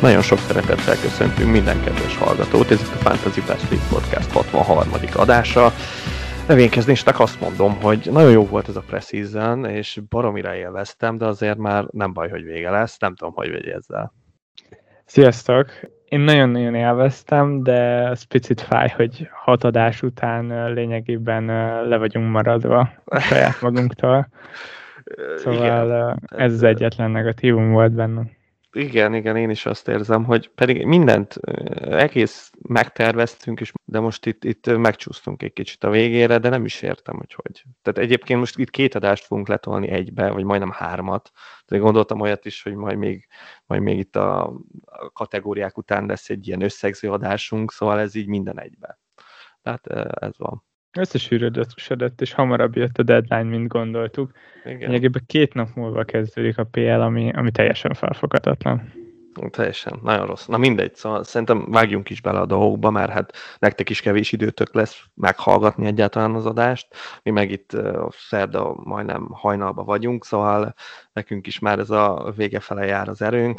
Nagyon sok szeretettel köszöntünk minden kedves hallgatót, ez itt a Fantasy Best League Podcast 63. adása. Növénykezésnek azt mondom, hogy nagyon jó volt ez a preseason, és baromira élveztem, de azért már nem baj, hogy vége lesz, nem tudom, hogy vagy ezzel. Sziasztok! Én nagyon-nagyon élveztem, de az picit fáj, hogy 6 adás után lényegében le vagyunk maradva a saját magunktól. Szóval ez az egyetlen negatívum volt bennem. Igen, én is azt érzem, hogy pedig mindent egész megterveztünk, de most itt megcsúsztunk egy kicsit a végére, de nem is értem, hogy. Tehát egyébként most itt 2 adást fogunk letolni egybe, vagy majdnem 3. Tehát gondoltam olyat is, hogy majd még itt a kategóriák után lesz egy ilyen összegző adásunk, szóval ez így minden egybe. Tehát ez van. Összesűrödött, és hamarabb jött a deadline, mint gondoltuk. Lényegében 2 nap múlva kezdődik a PL, ami teljesen felfoghatatlan. Teljesen, nagyon rossz. Na mindegy, szóval szerintem vágjunk is bele a dolgokba, mert hát nektek is kevés időtök lesz meghallgatni egyáltalán az adást. Mi meg itt szerda majdnem hajnalban vagyunk, szóval nekünk is már ez a vége fele jár az erőnk.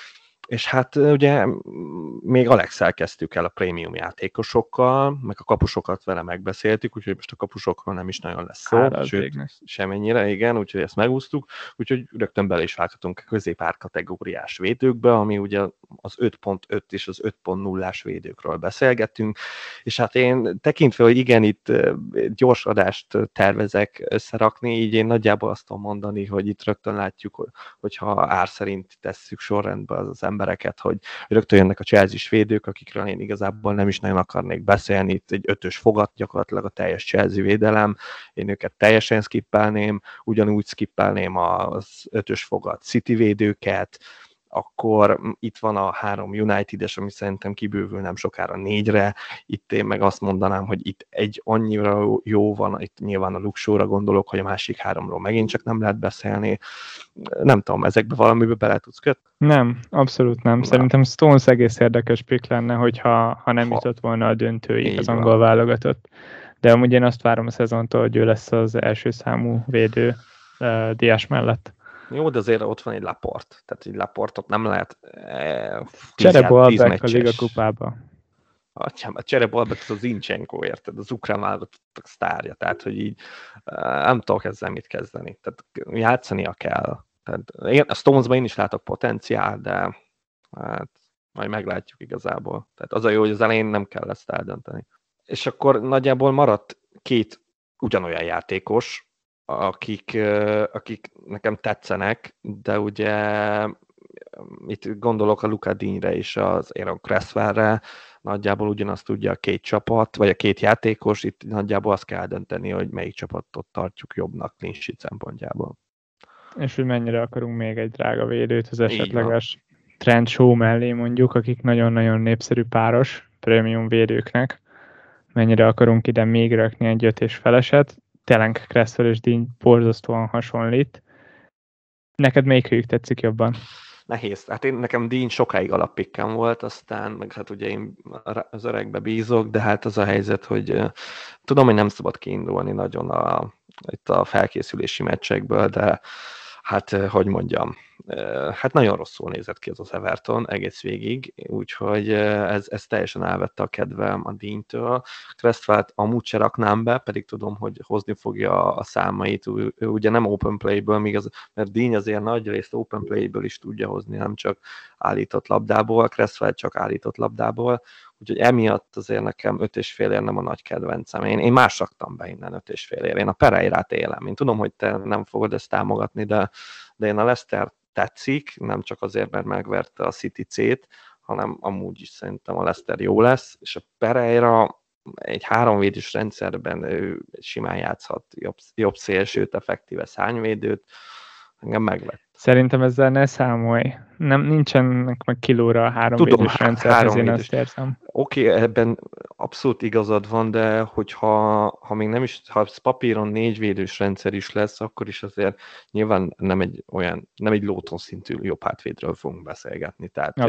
És hát ugye még Alexel kezdtük el a prémium játékosokkal, meg a kapusokat vele megbeszéltük, úgyhogy most a kapusokról nem is nagyon lesz szó, sőt, semennyire, igen, úgyhogy ezt megúsztuk, úgyhogy rögtön bele is vághatunk a középár kategóriás védőkbe, ami ugye az 5.5 és az 5.0-ás védőkről beszélgettünk, és hát én tekintve, hogy igen, itt gyors adást tervezek összerakni, így én nagyjából azt tudom mondani, hogy itt rögtön látjuk, hogyha ár szerint tesszük sorrendbe az embereket, hogy rögtön jönnek a Chelsea-s védők, akikről én igazából nem is nagyon akarnék beszélni. Itt egy 5-ös fogat, gyakorlatilag a teljes Chelsea védelem. Én őket teljesen skippelném, ugyanúgy skippelném az 5-ös fogat City védőket, akkor itt van a 3 United-es, ami szerintem kibővül nem sokára 4-re. Itt én meg azt mondanám, hogy itt egy annyira jó van, itt nyilván a Luxóra gondolok, hogy a másik 3-ról megint csak nem lehet beszélni. Nem tudom, ezekbe valamibe bele tudsz kötni? Nem, abszolút nem. Szerintem Stones egész érdekes pick lenne, hogyha nem jutott volna a döntőig az angol válogatott. De amúgy én azt várom a szezontól, hogy ő lesz az első számú védő Dias mellett. Jó, de azért ott van egy Laporte. Tehát egy Laportot nem lehet... Cserebolbek a Liga kupába. A Cserebolbek az Zinchenko, érted? Az ukrán válogatottak sztárja. Tehát, hogy így nem tudok ezzel mit kezdeni. Tehát játszania kell. Tehát, a Stonesban én is látok potenciál, de hát majd meglátjuk igazából. Tehát az a jó, hogy az elején nem kell ezt eldönteni. És akkor nagyjából maradt 2 ugyanolyan játékos, akik nekem tetszenek, de ugye itt gondolok a Luka Digne-re és az Aaron Cresswellre, nagyjából ugyanazt tudja a 2 csapat, vagy a 2 játékos, itt nagyjából azt kell dönteni, hogy melyik csapatot tartjuk jobbnak clean sheet szempontjából. És hogy mennyire akarunk még egy drága védőt az esetleges Trent Shaw mellé mondjuk, akik nagyon-nagyon népszerű páros prémium védőknek. Mennyire akarunk ide még rakni egy 5 és feleset. Tényleg Cresswell és Digne borzasztóan hasonlít. Neked melyikőjük tetszik jobban? Nehéz. Hát nekem Digne sokáig alappikkem volt, aztán meg hát ugye én az öregbe bízok, de hát az a helyzet, hogy tudom, hogy nem szabad kiindulni nagyon itt a felkészülési meccsekből, de hát, hogy mondjam, hát nagyon rosszul nézett ki az Everton egész végig, úgyhogy ez teljesen elvette a kedvem a Digne-től. Cresswellt amúgy se raknám be, pedig tudom, hogy hozni fogja a számait, ő ugye nem open playből, mert Digne azért nagy részt open playből is tudja hozni, nem csak állított labdából, Cresswell csak állított labdából, úgyhogy emiatt azért nekem 5,5 nem a nagy kedvencem. Én más raktam be innen 5,5. Én a Pereirát élem. Én tudom, hogy te nem fogod ezt támogatni, de én a Leicester tetszik, nem csak azért, mert megverte a City C-t, hanem amúgy is szerintem a Leicester jó lesz, és a Pereira egy 3 védős rendszerben ő simán játszhat jobb szélsőt, effektíve szárnyvédőt, engem megvett. Szerintem ezzel ne számolj. Nincsenek meg kilóra a 3 védős rendszerhez, én azt érzem. Oké, ebben abszolút igazad van, de hogyha még nem is, ha papíron 4 védős rendszer is lesz, akkor is azért nyilván nem egy Lóton szintű jobb hátvédről fogunk beszélgetni. Tehát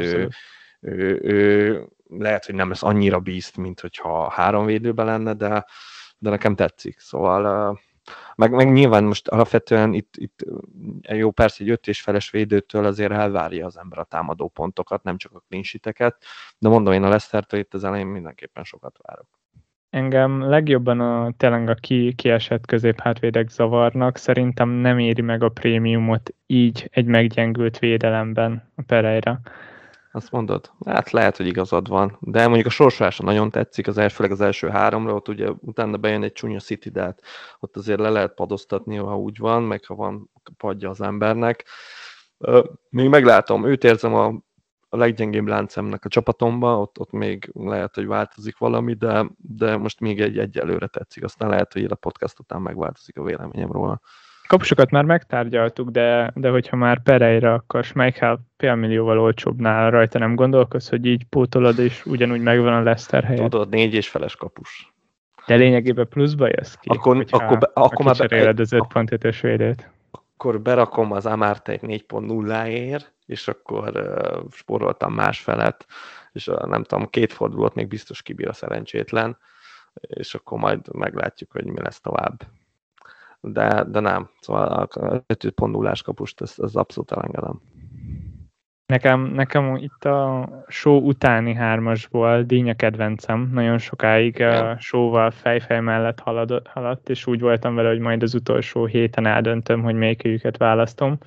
ő lehet, hogy nem lesz annyira beast, mint hogyha 3 védőben lenne, de nekem tetszik. Szóval Meg nyilván most alapvetően itt jó, persze egy 5,5-es védőtől azért elvárja az ember a támadó pontokat, nem csak a clean sheeteket, de mondom, én a Leicestertől itt az elején mindenképpen sokat várok. Engem legjobban tényleg a kiesett középhátvédek zavarnak, szerintem nem éri meg a prémiumot így egy meggyengült védelemben a Pereira. Azt mondod? Hát lehet, hogy igazad van, de mondjuk a sorsolása nagyon tetszik, főleg az első 3-ra, ott ugye utána bejön egy csúnya City, de hát ott azért le lehet padoztatni, ha úgy van, meg ha van padja az embernek. Még meglátom, őt érzem a leggyengébb láncemnek a csapatomba, ott még lehet, hogy változik valami, de most még egyelőre tetszik, aztán lehet, hogy a podcast után megváltozik a véleményem róla. Kapusokat már megtárgyaltuk, de hogyha már Pereira, akkor Schmeichel félmillióval olcsóbbnál rajta nem gondolkodsz, hogy így pótolod, és ugyanúgy megvan a Leicester helyett? Tudod, 4,5-es kapus. De lényegében pluszba jössz ki, akkor már kicseréled az 5.5-ös védőt. Akkor berakom az Amartey 4.0-ért, és akkor spóroltam másfelet, és nem tudom, 2 fordulót még biztos kibír a szerencsétlen, és akkor majd meglátjuk, hogy mi lesz tovább. De nem, szóval a 5.0-ás kapust, ez abszolút elengedem. Nekem itt a show utáni 3-asból Dínya kedvencem, nagyon sokáig a show-val fejfej mellett haladt, és úgy voltam vele, hogy majd az utolsó héten eldöntöm, hogy melyikőjüket választom.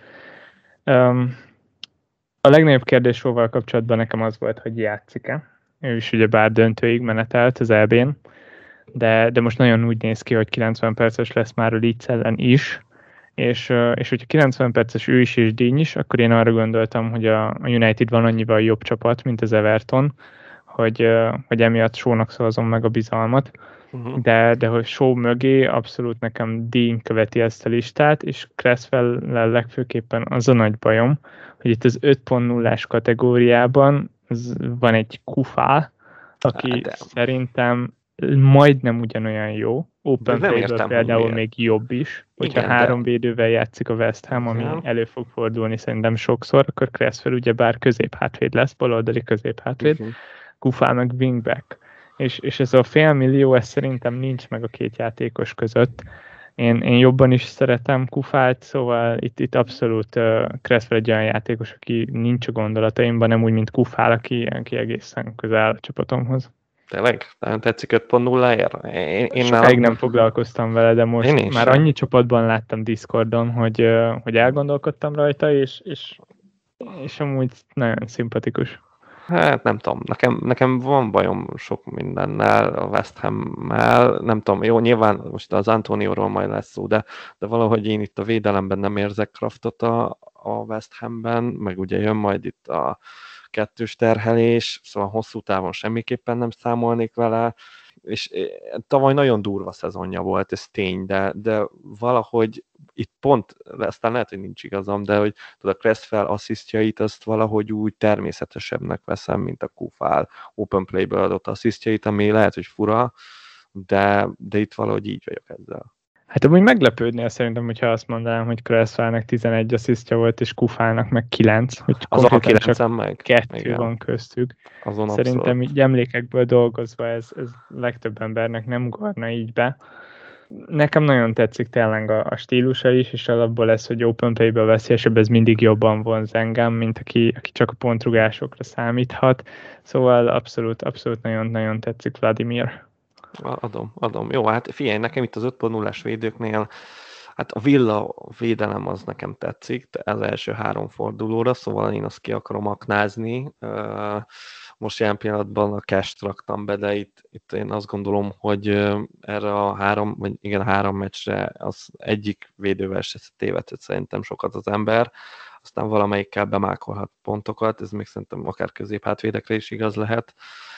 A legnagyobb kérdés show-val kapcsolatban nekem az volt, hogy játszik-e. Ő is ugyebár döntőig menetelt az EB-n, de most nagyon úgy néz ki, hogy 90 perces lesz már a Leeds ellen is, és hogyha 90 perces ő is és Díny is, akkor én arra gondoltam, hogy a United van annyival jobb csapat, mint az Everton, hogy emiatt Shaw-nak szavazom meg a bizalmat, de hogy Shaw mögé abszolút nekem Díny követi ezt a listát, és Cresswell-lel legfőképpen az a nagy bajom, hogy itt az 5.0-ás kategóriában van egy Kufál, aki szerintem majdnem ugyanolyan jó. Open Play-ből például még jobb is. Hogyha 3 védővel játszik a West Ham, ami elő fog fordulni szerintem sokszor, akkor Cresswell ugyebár középhátvéd lesz, baloldali középhátvéd, Kufál meg wingback. És ez a $500 000, ez szerintem nincs meg a 2 játékos között. Én jobban is szeretem Kufált, szóval itt abszolút Cresswell egy olyan játékos, aki nincs a gondolataimban, nem úgy, mint Kufál, aki egészen közel a csapatomhoz. Tényleg? Nagyon tetszik 5.0-ért? Én sokáig nem foglalkoztam vele, de most már annyi csapatban láttam Discordon, hogy elgondolkodtam rajta, és amúgy nagyon szimpatikus. Hát nem tudom, nekem van bajom sok mindennel, a West Hammel, nem tudom, jó, nyilván most az Antonióról majd lesz szó, de valahogy én itt a védelemben nem érzek kraftot a West Hamben, meg ugye jön majd itt a 2-s terhelés, szóval hosszú távon semmiképpen nem számolnék vele, és tavaly nagyon durva szezonja volt, ez tény, de valahogy itt pont, aztán lehet, hogy nincs igazam, de hogy a Cresswell asszisztjait azt valahogy úgy természetesebbnek veszem, mint a Kufál Open Play-ből adott asszisztjait, ami lehet, hogy fura, de itt valahogy így vagyok ezzel. Hát amúgy meglepődnél szerintem, hogyha azt mondanám, hogy Cresswellnek 11 asszisztja volt, és Kufálnak meg 9, hogy azon a 9 meg 2 igen. Van köztük. Azon szerintem abszolút. így emlékekből dolgozva ez legtöbb embernek nem ugorna így be. Nekem nagyon tetszik tényleg a stílusa is, és alapból lesz, hogy Open Play-ből veszélyesebb, ez mindig jobban vonz engem, mint aki csak a pontrugásokra számíthat. Szóval abszolút nagyon-nagyon tetszik Vladimir. Adom. Jó, hát figyelj, nekem itt az 5.0-ás védőknél, hát a Villa védelem az nekem tetszik, az első 3 fordulóra, szóval én azt ki akarom aknázni. Most jelen pillanatban a cash-t raktam be, de itt én azt gondolom, hogy erre a 3 meccsre az egyik védővel se tévedhet szerintem sokat az ember, aztán valamelyikkel bemákolhat pontokat, ez még szerintem akár középhátvédekre is igaz lehet.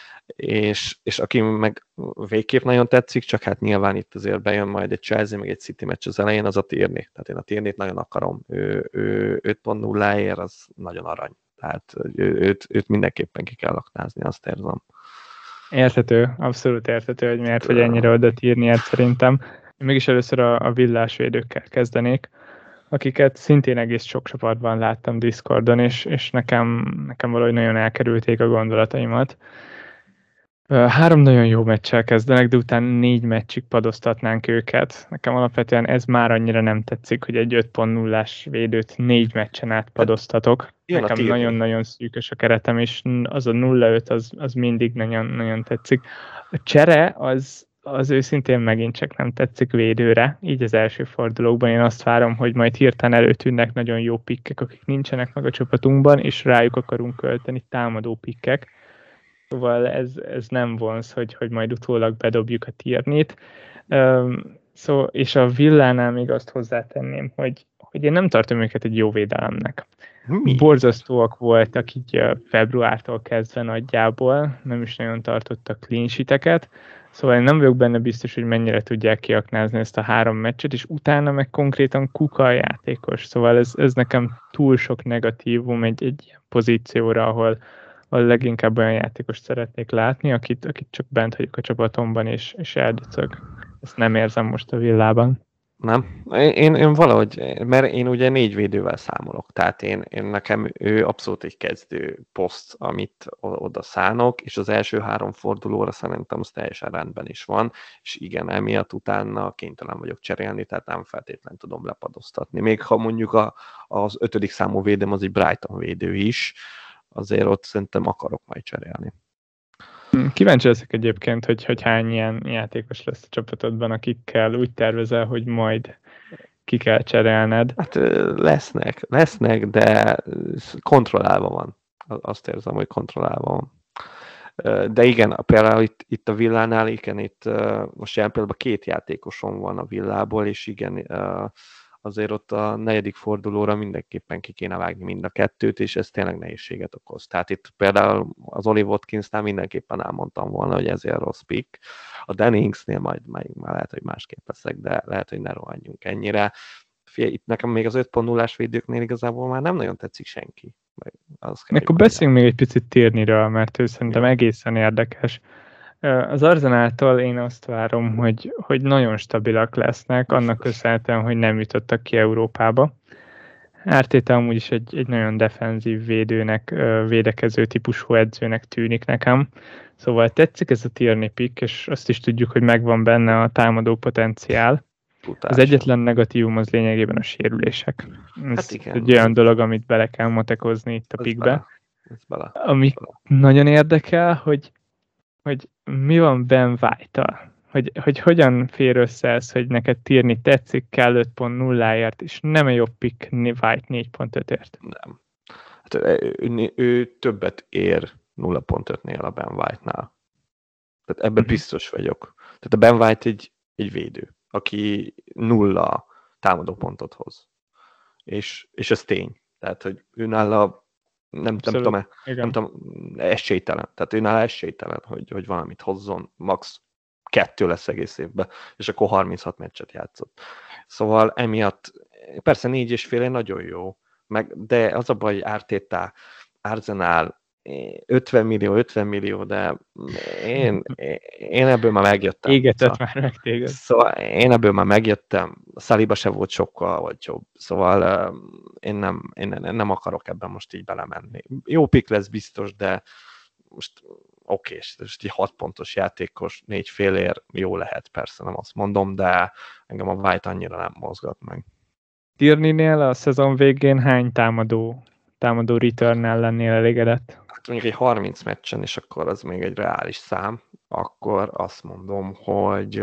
És aki meg végképp nagyon tetszik, csak hát nyilván itt azért bejön majd egy Chelsea, meg egy City meccs az elején, az a Tierney. Tehát én a Tierneyt nagyon akarom. Ő 5.0-ért, az nagyon arany. Tehát őt mindenképpen ki kell aknázni, azt érzem. Érthető, abszolút érthető, hogy miért vagy ennyire oda Tierneyet szerintem. Én mégis először a villás védőkkel kezdenék, akiket szintén egész sok csapatban láttam Discordon, és nekem valahogy nagyon elkerülték a gondolataimat. 3 nagyon jó meccsel kezdenek, de utána 4 meccsig padoztatnánk őket. Nekem alapvetően ez már annyira nem tetszik, hogy egy 5.0-ás védőt 4 meccsen át padoztatok. Nekem nagyon-nagyon szűkös a keretem, és az a 0-5 az mindig nagyon-nagyon tetszik. A csere az őszintén megint csak nem tetszik védőre, így az első fordulókban. Én azt várom, hogy majd hirtelen előtűnnek nagyon jó pikkek, akik nincsenek meg a csapatunkban, és rájuk akarunk költeni támadó pikkek. Szóval ez nem vonz, hogy majd utólag bedobjuk a Tierney-t. És a Villánál még azt hozzátenném, hogy én nem tartom őket egy jó védelemnek. Borzasztóak voltak így februártól kezdve nagyjából, nem is nagyon tartottak clean sheeteket, szóval én nem vagyok benne biztos, hogy mennyire tudják kiaknázni ezt a 3 meccset, és utána meg konkrétan kuka a játékos, szóval ez nekem túl sok negatívum egy ilyen pozícióra, ahol leginkább olyan játékost szeretnék látni, akit csak bent hagyok a csapatomban, és eldöcög. Ezt nem érzem most a Villában. Nem? Én valahogy, mert én ugye 4 védővel számolok, tehát én nekem ő abszolút egy kezdő poszt, amit oda szánok, és az első 3 fordulóra szerintem az teljesen rendben is van, és igen, emiatt utána kénytelen vagyok cserélni, tehát nem feltétlenül tudom lepadoztatni. Még ha mondjuk az 5. számú védőm az egy Brighton védő is, azért ott szerintem akarok majd cserélni. Kíváncsi leszek egyébként, hogy hány ilyen játékos lesz a csapatodban, akikkel úgy tervezel, hogy majd ki kell cserélned. Hát lesznek, de kontrollálva van. Azt érzem, hogy kontrollálva van. De igen, például itt a Villánál, igen, itt most jelen pillanatban 2 játékosom van a Villából, és igen, azért ott a 4. fordulóra mindenképpen ki kéne vágni mind a 2-t, és ez tényleg nehézséget okoz. Tehát itt például az Oli Watkinsnál mindenképpen elmondtam volna, hogy ezért rossz pick. A Denningsnél majd lehet, hogy másképp leszek, de lehet, hogy ne rohanjunk ennyire. Figyelj, itt nekem még az 5.0-ás védőknél igazából már nem nagyon tetszik senki. Akkor beszéljünk még egy picit Tierneyről, mert ő szerintem egészen érdekes. Az Arsenaltól én azt várom, hogy nagyon stabilak lesznek, annak köszönhetően, hogy nem jutottak ki Európába. Arteta amúgy is egy nagyon defenzív védőnek, védekező típusú edzőnek tűnik nekem. Szóval tetszik ez a Tierney pick, és azt is tudjuk, hogy megvan benne a támadó potenciál. Az egyetlen negatívum az lényegében a sérülések. Ez egy olyan dolog, amit bele kell matekozni itt a pickbe. Ami nagyon érdekel, hogy mi van Ben White-tal. Hogy hogyan fér össze ez, hogy neked Tierney tetszik, kell 5.0-ért, és nem a jobb pick White 4.5-ért. Nem. Hát ő többet ér 0.5-nél a Ben White-nál. Tehát ebben biztos vagyok. Tehát a Ben White egy védő, aki 0 támadó pontot hoz. És ez tény. Tehát, hogy ő nála nem tudom, esélytelen. Tehát ő nála esélytelen, hogy valamit hozzon, max 2 lesz egész évben, és akkor 36 meccset játszott. Szóval emiatt, persze 4,5 nagyon jó, de az a baj, hogy Arteta, Arsenal 50 millió, de én ebből már megjöttem. Égetett már meg téged. Szóval én ebből már megjöttem, a Saliba se volt sokkal olcsóbb, szóval én nem akarok ebben most így belemenni. Jó pick lesz biztos, de most oké, most egy 6 pontos játékos, 4,5 jó lehet, persze nem azt mondom, de engem a White annyira nem mozgat meg. Tierneynél a szezon végén hány támadó return-nel lennél elégedett? Hát mondjuk egy 30 meccsen, és akkor az még egy reális szám, akkor azt mondom, hogy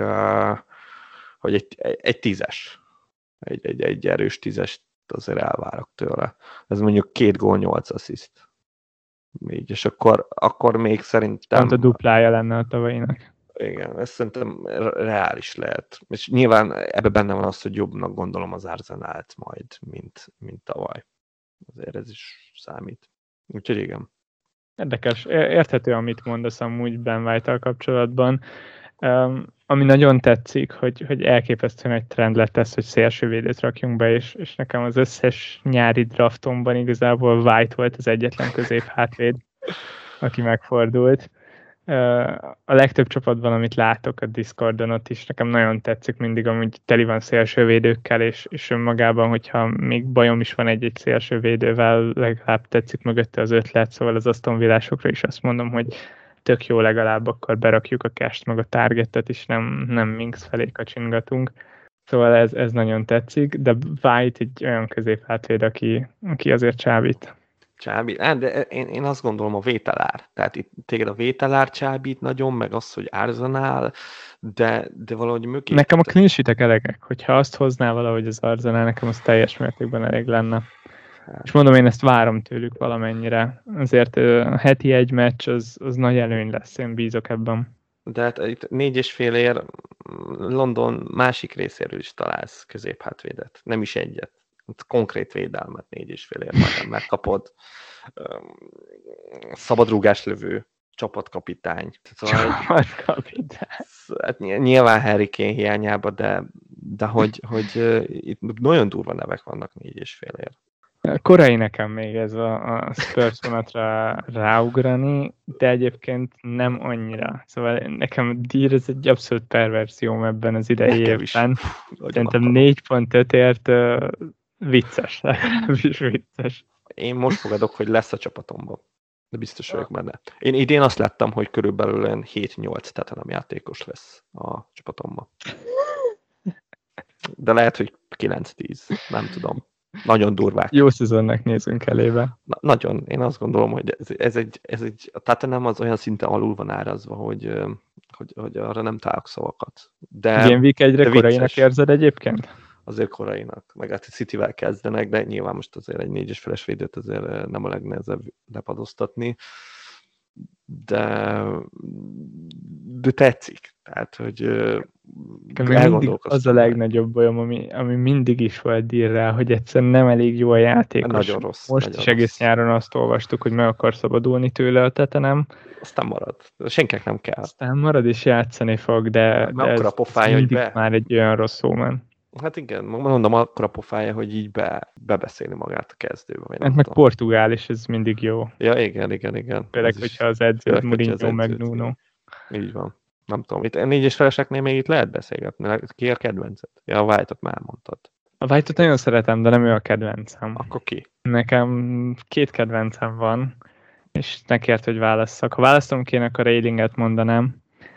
egy 10-es. Egy erős 10-est azért elvárok tőle. Ez mondjuk 2 gól, 8 assziszt. Így, és akkor még szerintem... Pont a duplája lenne a tavalyinak. Igen, ez szerintem reális lehet. És nyilván ebben benne van az, hogy jobbnak gondolom az Arsenált majd, mint tavaly. Azért ez is számít. Úgyhogy igen. Érdekes. Érthető, amit mondasz amúgy Ben White-tal kapcsolatban. Ami nagyon tetszik, hogy elképesztően egy trend lett ez, hogy szélsővédőt rakjunk be, és nekem az összes nyári draftomban igazából White volt az egyetlen középhátvéd, aki megfordult. A legtöbb csapatban, amit látok a Discordon, ott is nekem nagyon tetszik mindig, amúgy teli van szélsővédőkkel, és önmagában, hogyha még bajom is van egy szélsővédővel, legalább tetszik mögötte az ötlet, szóval az Aston Villásokra is azt mondom, hogy tök jó, legalább akkor berakjuk a cache-t meg a targetet, és nem Minx felé kacsingatunk. Szóval ez nagyon tetszik, de White egy olyan középhátvéd, aki azért csábít. De én azt gondolom a vételár. Tehát itt téged a vételár csábít nagyon, meg az, hogy Arsenal, de valahogy mögé... Nekem a clean sheet-ek elegek, hogyha azt hozná valahogy az Arsenal, nekem az teljes mértékben elég lenne. Hát. És mondom, én ezt várom tőlük valamennyire. Azért a heti egy meccs az nagy előny lesz, én bízok ebben. De hát itt 4,5 ér London másik részéről is találsz középhátvédet. Nem is egyet. Konkrét védelmet 4,5 ér majdnem megkapod. Szabadrúgás lövő csapatkapitány. Csapatkapitány. Hát nyilván Harry Kane hiányába, de hogy itt nagyon durva nevek vannak 4,5 ér. Korai nekem még ez a Spurs vonatra ráugrani, de egyébként nem annyira. Szóval nekem Deer ez egy abszolút perverzióm ebben az idei évben. Szerintem 4.5-ért vicces, legalábbis vicces. Én most fogadok, hogy lesz a csapatomban. De biztos vagyok benne. Én idén azt láttam, hogy körülbelül 7-8 Tottenham játékos lesz a csapatomban. De lehet, hogy 9-10. Nem tudom. Nagyon durvák. Jó szezonnak nézünk elébe. Nagyon. Én azt gondolom, hogy ez egy a Tottenham az olyan szinten alul van árazva, hogy arra nem találok szavakat. Game Week 1-re korainak érzed egyébként? Azért korainak. Meg hát a Cityvel kezdenek, de nyilván most azért egy 4,5-es védőt azért nem a legnehezebb lepadoztatni. De tetszik. Tehát, hogy mindig az a legnagyobb bajom, ami mindig is volt Deerrel, hogy egyszerűen nem elég jó a játékos. Nagyon rossz. Most nagyon is egész nyáron azt olvastuk, hogy meg akar szabadulni tőle a Tottenham. Aztán marad. Senkinek nem kell. Aztán marad és játszani fog, de ez pofája, mindig már egy olyan rossz szómen. Hát igen, mondom, akkora pofája, hogy így bebeszélni magát a kezdőbe. Hát meg portugál is, ez mindig jó. Ja, igen. Főleg, hogyha az edző Mourinho meg Nuno. Így van. Nem tudom, itt 4-es feleseknél még itt lehet beszélgetni. Ki a kedvenced? Ja, a White-ot már mondtad. A White-ot nagyon szeretem, de nem ő a kedvencem. Akkor ki? Nekem 2 kedvencem van, és ne kért, hogy válasszak. Ha választom kéne, akkor Aylinget mondanám,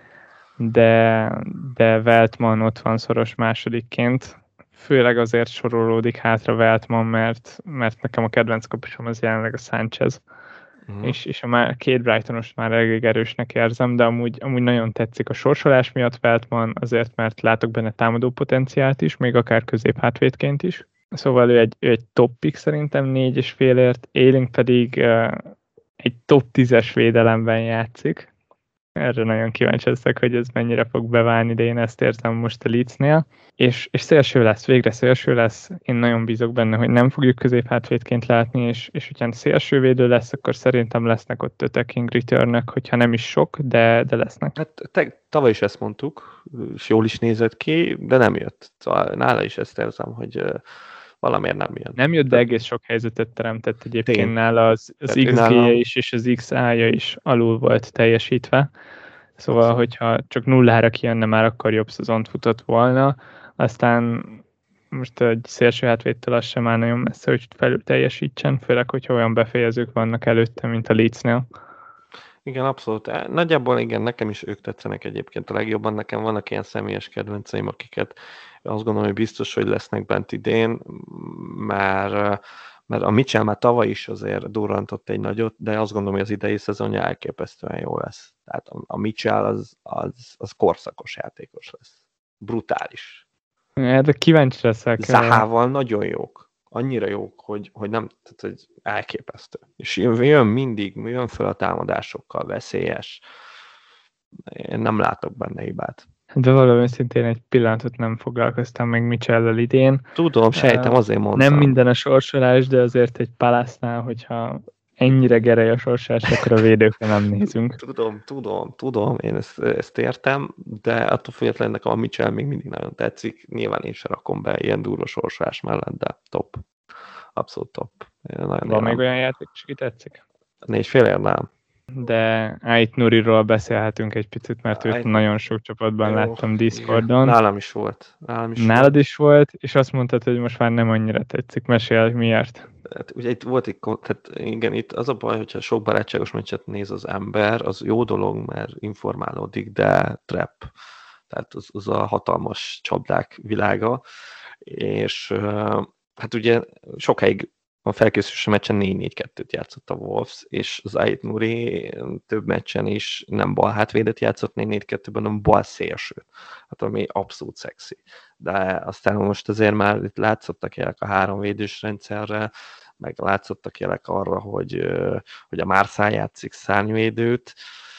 de Veltman ott van szoros másodikként. Főleg azért sorolódik hátra Veltman, mert nekem a kedvenc kapusom az jelenleg a Sánchez. És a 2 Brightonost már elég erősnek érzem, de amúgy nagyon tetszik a sorsolás miatt Veltman, azért mert látok benne támadó potenciált is, még akár középhátvédként is. Szóval ő egy top pick szerintem 4,5-ért, Ayling pedig egy top 10-es védelemben játszik. Erre nagyon kíváncsi leszek, hogy ez mennyire fog beválni, de én ezt érzem most a Leedsnél. És szélső lesz, végre szélső lesz. Én nagyon bízok benne, hogy nem fogjuk középhátvédként látni, és hogyha szélsővédő lesz, akkor szerintem lesznek ott attacking return-ök, hogyha nem is sok, de lesznek. Hát tavaly is ezt mondtuk, és jól is nézett ki, de nem jött. Szóval nála is ezt érzem, hogy valamiért nem jön. Nem jött, de egész sok helyzetet teremtett egyébként nála, az XG-je is és az XA-ja is alul volt teljesítve. Szóval, hogyha csak 0-ra kijönne, már akkor jobb szezont futott volna. Aztán most egy szélső hátvédtől az sem áll nagyon messze, hogy felül teljesítsen, főleg, hogyha olyan befejezők vannak előtte, mint a Leedsnél. Igen, abszolút. Nagyjából igen, nekem is ők tetszenek egyébként a legjobban. Nekem vannak ilyen személyes kedvenceim, akiket azt gondolom, hogy biztos, hogy lesznek bent idén, mert a Mitchell már tavaly is azért durrantott egy nagyot, de azt gondolom, hogy az idei szezonja elképesztően jó lesz. Tehát a Mitchell az korszakos játékos lesz. Brutális. De kíváncsi leszek. Zahával nagyon jók. Annyira jók, hogy nem, tehát hogy elképesztő. És jön fel a támadásokkal, veszélyes. Én nem látok benne hibát. De valami szintén egy pillanatot nem foglalkoztam meg Mitchell-lel idén. Tudom, sejtem, azért mondtam. Nem minden a sorsolás, de azért egy Palace-nál, hogyha ennyire gerej a sorsolás, akkor a védőkre nem nézünk. Tudom, én ezt értem, de attól függetlenül nekem a Mitchell még mindig nagyon tetszik. Nyilván én sem rakom be ilyen durva sorsolás mellett, de top. Abszolút top. Van még olyan játék, aki tetszik? 4,5 nem. De Ait Nuriról beszélhetünk egy picit, mert őt nagyon sok csapatban láttam Discordon. Nálam is volt. Nálad is volt, és azt mondtad, hogy most már nem annyira tetszik. Mesélj, miért? Hát, ugye itt volt tehát igen, itt az a baj, hogyha sok barátságos meccset néz az ember, az jó dolog, mert informálódik, de trap. Tehát az a hatalmas csapdák világa, és hát ugye sokáig a felkészülési meccsen 4-4-2-t játszott a Wolves, és az Ait Nuri több meccsen is nem bal hátvédet játszott 4-4-2-ben, hanem bal szélsőt, hát ami abszolút szexi. De aztán most azért már itt látszottak jelek a háromvédős rendszerre, meg látszottak jelek arra, hogy a Marseille játszik szárnyvédőt,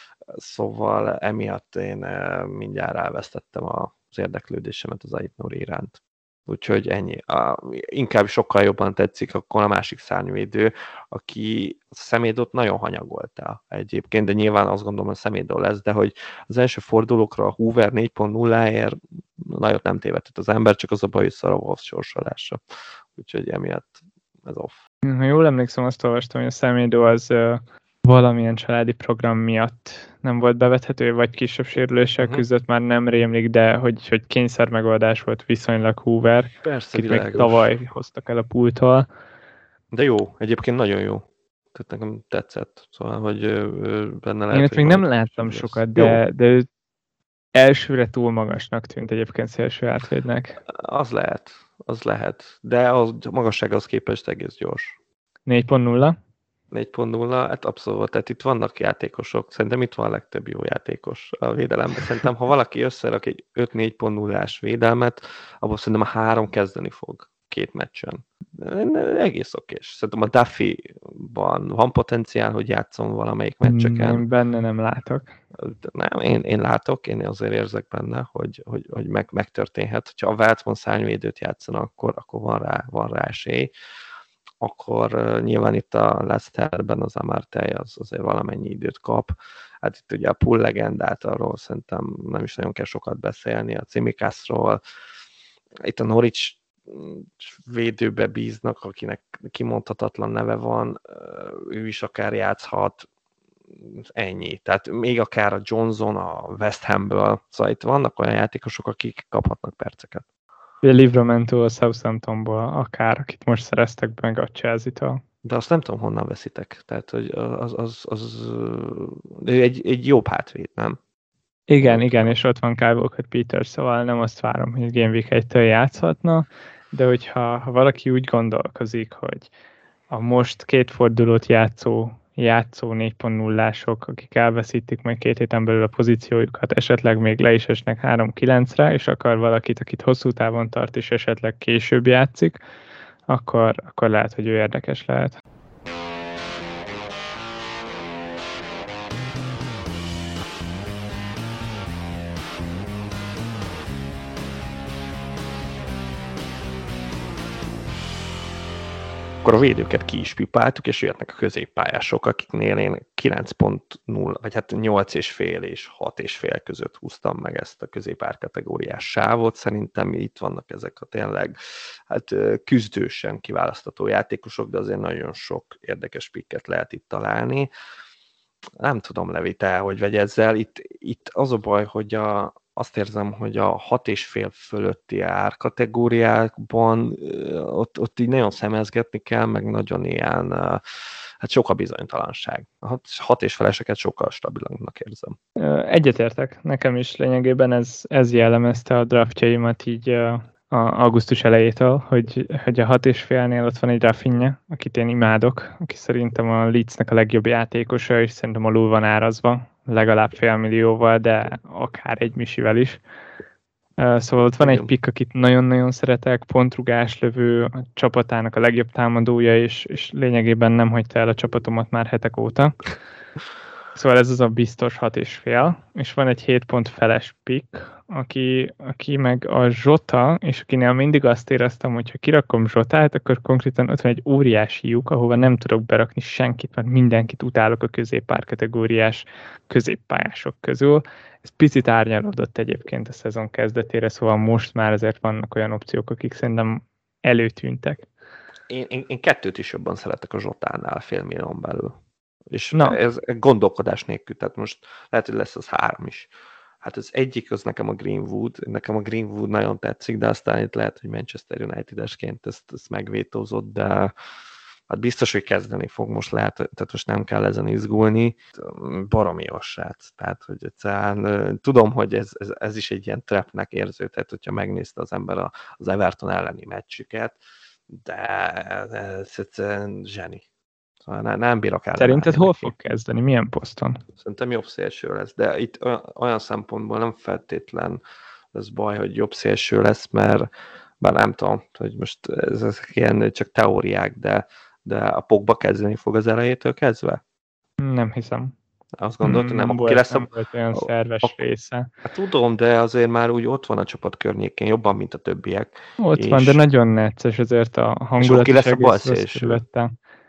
szóval emiatt én mindjárt elvesztettem az érdeklődésemet az Ait Nuri iránt. Úgyhogy ennyi. Inkább sokkal jobban tetszik akkor a másik szárnyvédő, aki a Semédót nagyon hanyagolta egyébként, de nyilván azt gondolom, hogy Semédó lesz, de hogy az első fordulókra a Hoover 4.0-ért nagyot nem tévedett az ember, csak az a baj, hogy szar a Wolves sorsolása. Úgyhogy emiatt ez off. Ha jól emlékszem, azt olvastam, hogy a Semédó az valamilyen családi program miatt nem volt bevethető, vagy kisebb sérüléssel küzdött, már nem rémlik, de hogy kényszer megoldás volt viszonylag Hoover, persze, akit még tavaly hoztak el a pulttól. De jó, egyébként nagyon jó. Tehát nekem tetszett, szóval, hogy benne lehet, én ott még nem láttam sokat, de ő elsőre túl magasnak tűnt egyébként szélső átvédnek. Az lehet, de a magassághoz képest egész gyors. 4.0? 4.0, hát abszolút, tehát itt vannak játékosok, szerintem itt van a legtöbb jó játékos a védelemben. Szerintem, ha valaki összerak egy 5-4.0-ás védelmet, abból szerintem a 3 kezdeni fog 2 meccsen. Egész okés. Szerintem a Duffy-ban van potenciál, hogy játszom valamelyik meccseken. Én benne nem látok. Nem, én látok, én azért érzek benne, hogy megtörténhet. Ha a Veltman szárnyvédőt játszanak, akkor van rá esély. Akkor nyilván itt a Leicesterben az Amartey az azért valamennyi időt kap. Hát itt ugye a Pool legendát, arról szerintem nem is nagyon kell sokat beszélni, a Cimikasról. Itt a Norwich védőbe bíznak, akinek kimondhatatlan neve van, ő is akár játszhat, ennyi. Tehát még akár a Johnson a West Hamből, szóval itt vannak olyan játékosok, akik kaphatnak perceket. Livramento a Southamptonból akár, akit most szereztek meg a Chelsea-től. De azt nem tudom, honnan veszitek. Tehát, hogy ő egy jobb hátvéd, nem? Igen, és ott van Kyle Walker-Peters, szóval nem azt várom, hogy Game Week 1-től játszhatna, de hogyha valaki úgy gondolkozik, hogy a most 2 fordulót játszó 4.0-ások, akik elveszítik majd 2 héten belül a pozíciójukat, esetleg még le is esnek 3-9-re, és akar valakit, akit hosszú távon tart, és esetleg később játszik, akkor lehet, hogy ő érdekes lehet. Akkor a védőket ki is pipáltuk, és jöhetnek a középpályások, akiknél én 9.0, vagy hát 8,5 és 6,5 között húztam meg ezt a középár kategóriás sávot. Szerintem itt vannak ezek a tényleg hát küzdősen kiválasztató játékosok, de azért nagyon sok érdekes pikket lehet itt találni. Nem tudom, Levi, te hogy vagy ezzel. Itt az a baj, hogy azt érzem, hogy a 6,5 fölötti árkategóriákban ott így nagyon szemezgetni kell, meg nagyon ilyen, hát sok a bizonytalanság. A 6,5-eseket sokkal stabilabbnak érzem. Egyetértek, nekem is lényegében ez jellemezte a draftjaimat így a augusztus elejétől, hogy a 6,5-nél ott van egy Rafinha, akit én imádok, aki szerintem a Leedsnek a legjobb játékosa, és szerintem alul van árazva, legalább $500 millióval, de akár egy misivel is. Szóval ott van egy pick, akit nagyon-nagyon szeretek, pontrugáslövő, a csapatának a legjobb támadója, és lényegében nem hagyta el a csapatomat már hetek óta. Szóval ez az a biztos 6,5, és van egy 7 pont feles pick, aki meg a Zsota, és akinél mindig azt éreztem, hogy ha kirakom Zsotát, akkor konkrétan ott van egy óriási lyuk, ahova nem tudok berakni senkit, mert mindenkit utálok a középpár kategóriás középpályások közül. Ez picit árnyalódott egyébként a szezon kezdetére, szóval most már azért vannak olyan opciók, akik szerintem előtűntek. Én 2 is jobban szeretek a Zsotánál $500 millión belül. És ez gondolkodás nélkül, tehát most lehet, hogy lesz az 3 is. Hát az egyik az nekem a Greenwood nagyon tetszik, de aztán itt lehet, hogy Manchester United-esként ezt megvétózott, de Hát biztos, hogy kezdeni fog most lehet, tehát most nem kell ezen izgulni. Baromi jó srác. Tehát, hogy egyszerűen tudom, hogy ez is egy ilyen trapnek érződhet, hogyha megnézte az ember az Everton elleni meccsüket, de ez egyszerűen zseni. Szóval nem bírok el. Szerinted hol fog kezdeni? Milyen poszton? Szerintem jobb szélső lesz, de itt olyan szempontból nem feltétlen ez baj, hogy jobb szélső lesz, mert bár nem tudom, hogy most ezek ilyen csak teóriák, de a Pogba kezdeni fog az elejétől kezdve? Nem hiszem. Azt gondoltam, nem volt, ki lesz nem volt olyan szerves része. Hát tudom, de azért már úgy ott van a csapat környékén, jobban, mint a többiek. Ott van, de nagyon necces, azért a hangulat is egész rossz körülötte.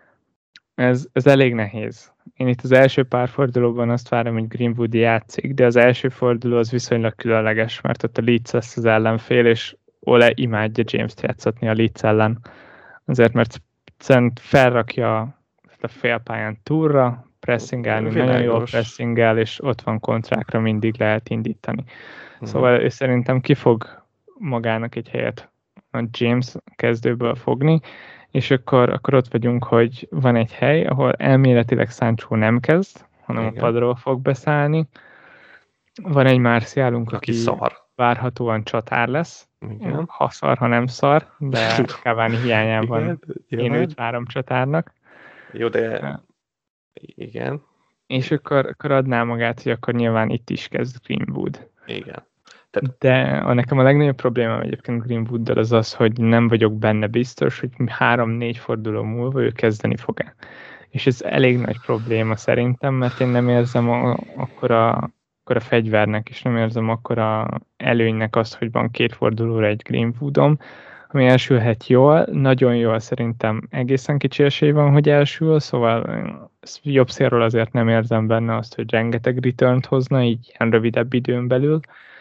Ez elég nehéz. Én itt az első pár fordulóban azt várom, hogy Greenwood játszik, de az első forduló az viszonylag különleges, mert ott a Leeds lesz az ellenfél, és Ole imádja James-t játszatni a Leeds ellen. Azért, mert felrakja a félpályán túlra, pressingelni, nagyon jól pressingel, és ott van kontrákra, mindig lehet indítani. Szóval ő szerintem ki fog magának egy helyet a James kezdőből fogni, és akkor ott vagyunk, hogy van egy hely, ahol elméletileg Sancho nem kezd, hanem a padról fog beszállni. Van egy Martialunk, aki várhatóan csatár lesz. Igen. Ha szar, ha nem szar, de Cavani hiányában én őt várom csatárnak. Jó, de igen. És akkor adná magát, hogy akkor nyilván itt is kezd Greenwood. Igen. De nekem a legnagyobb problémám egyébként Greenwooddal az, hogy nem vagyok benne biztos, hogy 3-4 forduló múlva ő kezdeni fog-e. És ez elég nagy probléma szerintem, mert én nem érzem akkora fegyvernek, és nem érzem akkora előnynek azt, hogy van 2 fordulóra egy Greenwoodom, ami elsülhet jól, nagyon jól szerintem egészen kicsi esély van, hogy elsül, szóval jobb szélről azért nem érzem benne azt, hogy rengeteg returnt hozna, így ilyen rövidebb időn belül.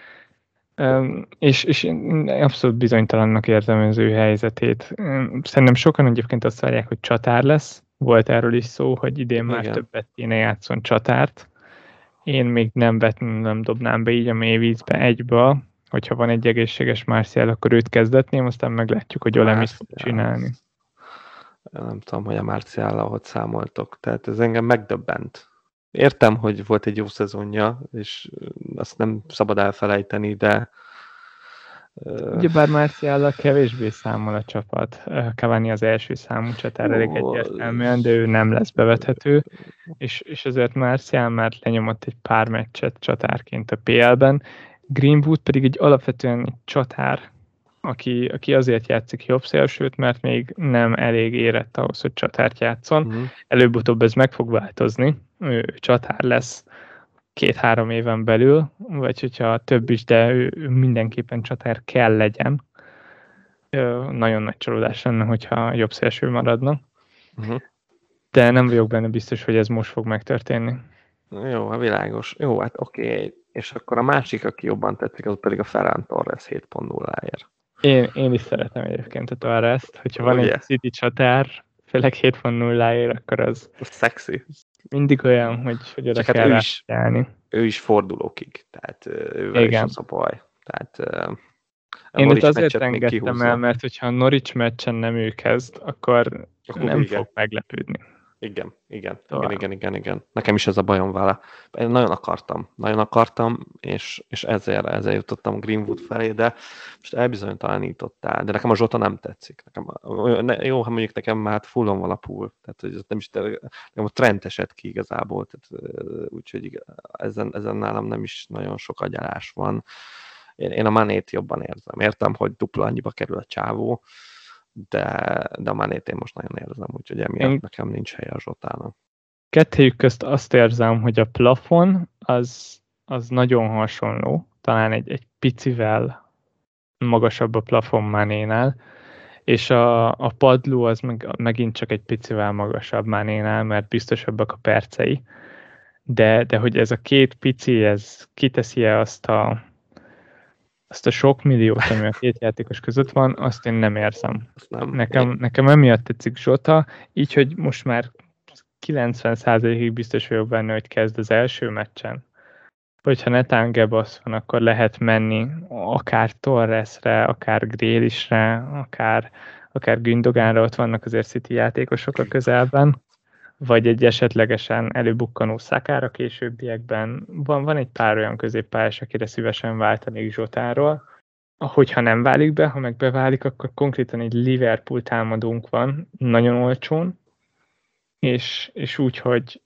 És abszolút bizonytalannak érzem az ő helyzetét. Szerintem sokan egyébként azt várják, hogy csatár lesz. Volt erről is szó, hogy idén már többet kéne játszon csatárt. Én még nem dobnám be így a mélyvízbe egyből, hogyha van egy egészséges Martial, akkor őt kezdetném, aztán meglátjuk, hogy Ole mit fog csinálni. Nem tudom, hogy a Martial-al hogy számoltok. Tehát ez engem megdöbbent. Értem, hogy volt egy jó szezonja, és azt nem szabad elfelejteni, de... Ugyebár Martial-al kevésbé számol a csapat. Cavani az első számú csatár elég egyértelműen, de ő nem lesz bevethető, és azért Martial már lenyomott egy pár meccset csatárként a PL-ben. Greenwood pedig egy alapvetően egy csatár, aki azért játszik jobb szélsőt, mert még nem elég érett ahhoz, hogy csatárt játszon. Előbb-utóbb ez meg fog változni, ő csatár lesz 2-3 éven belül, vagy hogyha több is, de ő mindenképpen csatár kell legyen. Nagyon nagy csalódás lenne, hogyha jobb szélső maradna. De nem vagyok benne biztos, hogy ez most fog megtörténni. Jó, a világos. Jó, hát oké. És akkor a másik, aki jobban tetszik, az pedig a Ferran Torres 7.0-ért. Én is szeretem egyébként a Torres-t, hogyha van egy City csatár, főleg 7.0-ért, akkor az szexi. Mindig olyan, hogy oda kell rájárni. Ő is fordulókig, tehát ővel is az a baj. Tehát, én itt azért engedtem el, mert hogyha a Norwich meccsen nem ő kezd, akkor nem fog meglepődni. Igen. Nekem is ez a bajom vele. Én nagyon akartam, és ezért jutottam Greenwood felé, de most elbizonytalanítottál. De nekem a Zsota nem tetszik. Jó, ha mondjuk nekem már fullon van a pool, tehát hogy nem is nekem a Trent esett ki igazából, tehát úgyhogy ezen nálam nem is nagyon sok agyalás van. Én a Manét jobban érzem. Értem, hogy dupla annyiba kerül a csávó, de a Manét én most nagyon érzem, úgyhogy emiatt nekem nincs helye a Zsotának. Kettőjük közt azt érzem, hogy a plafon az nagyon hasonló, talán egy picivel magasabb a plafon Manénál, és a padló az megint csak egy picivel magasabb Manénál, mert biztosabbak a percei, de hogy ez a két pici, ez kiteszi-e azt a sok milliót, ami a két játékos között van, azt én nem érzem. Nekem emiatt tetszik Zsota, így, hogy most már 90%-ig biztos vagyok benne, hogy kezd az első meccsen. Hogyha netán Gebasz van, akkor lehet menni akár Torresre, akár Grealishre, akár akár Gündogánra, ott vannak azért City játékosok a közelben, vagy egy esetlegesen előbukkanó Szakára későbbiekben. Van egy pár olyan középpályás, akire szívesen váltanék Zsotáról. Hogyha nem válik be, ha meg beválik, akkor konkrétan egy Liverpool támadónk van, nagyon olcsón, és úgy, hogy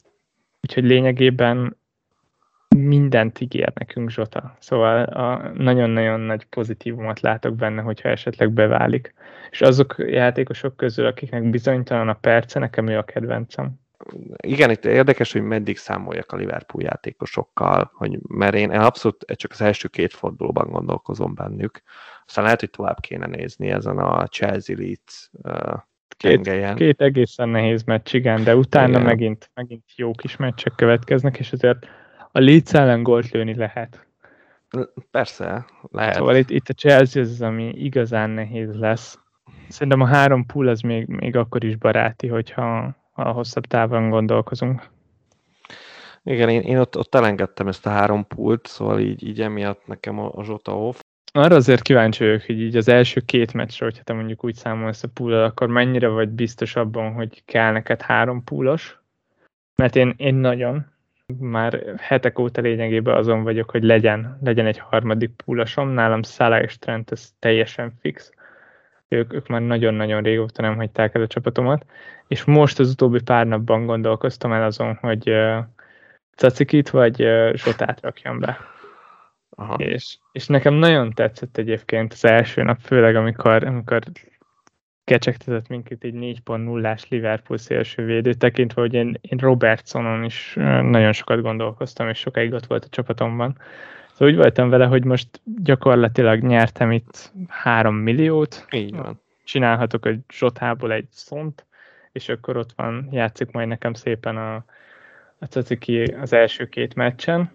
lényegében mindent ígér nekünk Zsota. Szóval nagyon-nagyon nagy pozitívumot látok benne, hogyha esetleg beválik. És azok játékosok közül, akiknek bizonytalan a perce, nekem ő a kedvencem. Igen, itt érdekes, hogy meddig számoljak a Liverpool játékosokkal, mert én abszolút csak az első 2 fordulóban gondolkozom bennük. Aztán lehet, hogy tovább kéne nézni ezen a Chelsea Leeds tengelyen. Két egészen nehéz meccs, igen, de utána megint jó kis meccsek következnek, és azért a Leeds ellen gólt lőni lehet. Persze, lehet. Szóval itt a Chelsea az, ami igazán nehéz lesz. Szerintem a 3 pool az még akkor is baráti, hogyha a hosszabb távon gondolkozunk. Igen, én ott elengedtem ezt a 3 poolt, szóval így emiatt nekem a Zsota off. Arra azért kíváncsi vagyok, hogy így az első 2 meccsre, hogyha te mondjuk úgy számolsz a pool-al, akkor mennyire vagy biztos abban, hogy kell neked 3 poolos? Mert én nagyon, már hetek óta lényegében azon vagyok, hogy legyen egy harmadik poolosom. Nálam Salah és Trent, ez teljesen fix. Ők már nagyon-nagyon régóta nem hagyták el a csapatomat. És most az utóbbi pár napban gondolkoztam el azon, hogy Cacikit vagy Zsotát rakjam be. Aha. És nekem nagyon tetszett egyébként az első nap, főleg amikor kecsegtetett minket egy 4.0-ás Liverpool szélsővédő, tekintve, hogy én Robertsonon is nagyon sokat gondolkoztam, és sokáig ott volt a csapatomban. Szóval úgy voltam vele, hogy most gyakorlatilag nyertem itt 3 milliót. Így van. Csinálhatok egy Zsotából egy Szont, és akkor ott van, játszik majd nekem szépen a Caciki az első 2 meccsen.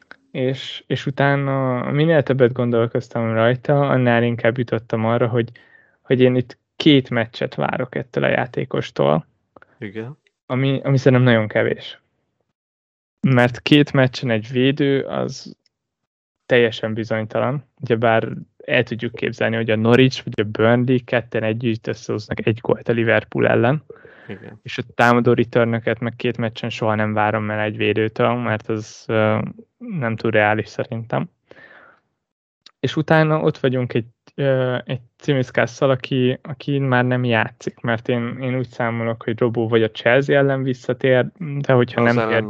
És utána minél többet gondolkoztam rajta, annál inkább jutottam arra, hogy én itt 2 meccset várok ettől a játékostól. Igen. Ami szerintem nagyon kevés. Mert 2 meccsen egy védő az teljesen bizonytalan. Ugyebár el tudjuk képzelni, hogy a Norwich vagy a Burnley ketten együtt összehoznak 1 gólt a Liverpool ellen. Igen. És a támadó returnöket meg 2 meccsen soha nem várom el egy védőtől, mert az nem túl reális szerintem. És utána ott vagyunk egy Cimiszkásszal, aki már nem játszik, mert én úgy számolok, hogy Robó vagy a Chelsea ellen visszatér, de hogyha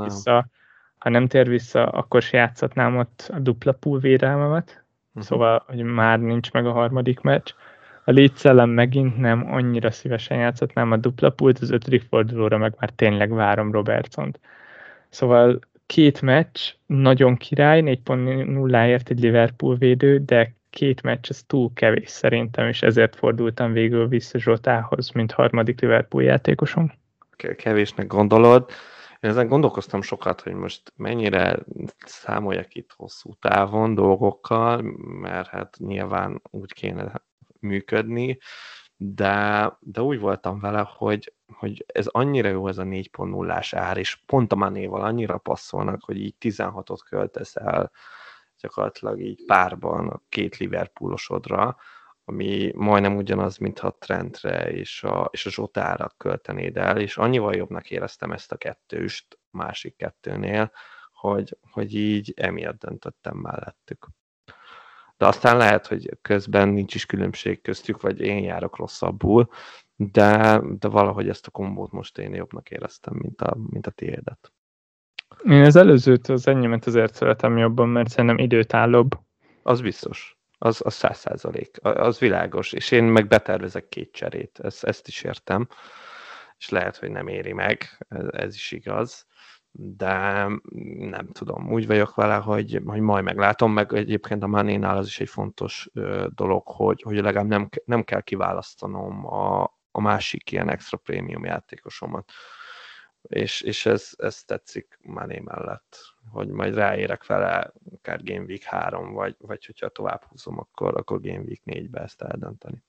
nem tér vissza, akkor se játszhatnám ott a dupla pool védelmemet. Szóval, hogy már nincs meg a harmadik meccs. A Leeds ellen megint nem annyira szívesen játszhatnám a dupla pult, az 5. fordulóra meg már tényleg várom Robertsont. Szóval 2 meccs, nagyon király, 4.0-ért egy Liverpool védő, de 2 meccs az túl kevés szerintem, és ezért fordultam végül vissza Zsotához, mint harmadik Liverpool játékosom. Kevésnek gondolod. Én ezen gondolkoztam sokat, hogy most mennyire számoljak itt hosszú távon dolgokkal, mert hát nyilván úgy kéne működni, de úgy voltam vele, hogy ez annyira jó ez a 4.0-ás ár, és pont a Manéval annyira passzolnak, hogy így 16-ot költesz el gyakorlatilag így párban a 2 Liverpoolosodra, ami majdnem ugyanaz, mintha a Trentre és a Zsotára költenéd el, és annyival jobbnak éreztem ezt a kettőst másik kettőnél, hogy így emiatt döntöttem mellettük. De aztán lehet, hogy közben nincs is különbség köztük, vagy én járok rosszabbul, de valahogy ezt a kombót most én jobbnak éreztem, mint a tiédet. Én az előzőt, az enyémet azért szeretem jobban, mert szerintem időtállóbb. Az biztos. Az 100%. Az világos. És én meg betervezek 2 cserét. Ezt is értem. És lehet, hogy nem éri meg. Ez is igaz. De nem tudom. Úgy vagyok vele, hogy majd meglátom. Meg egyébként a Manénál az is egy fontos dolog, hogy legalább nem kell kiválasztanom a másik ilyen extra prémium játékosomat. És ez tetszik Mané mellett, hogy majd ráérek vele akár Game Week 3, vagy hogyha tovább húzom, akkor Game Week 4-be ezt eldönteni.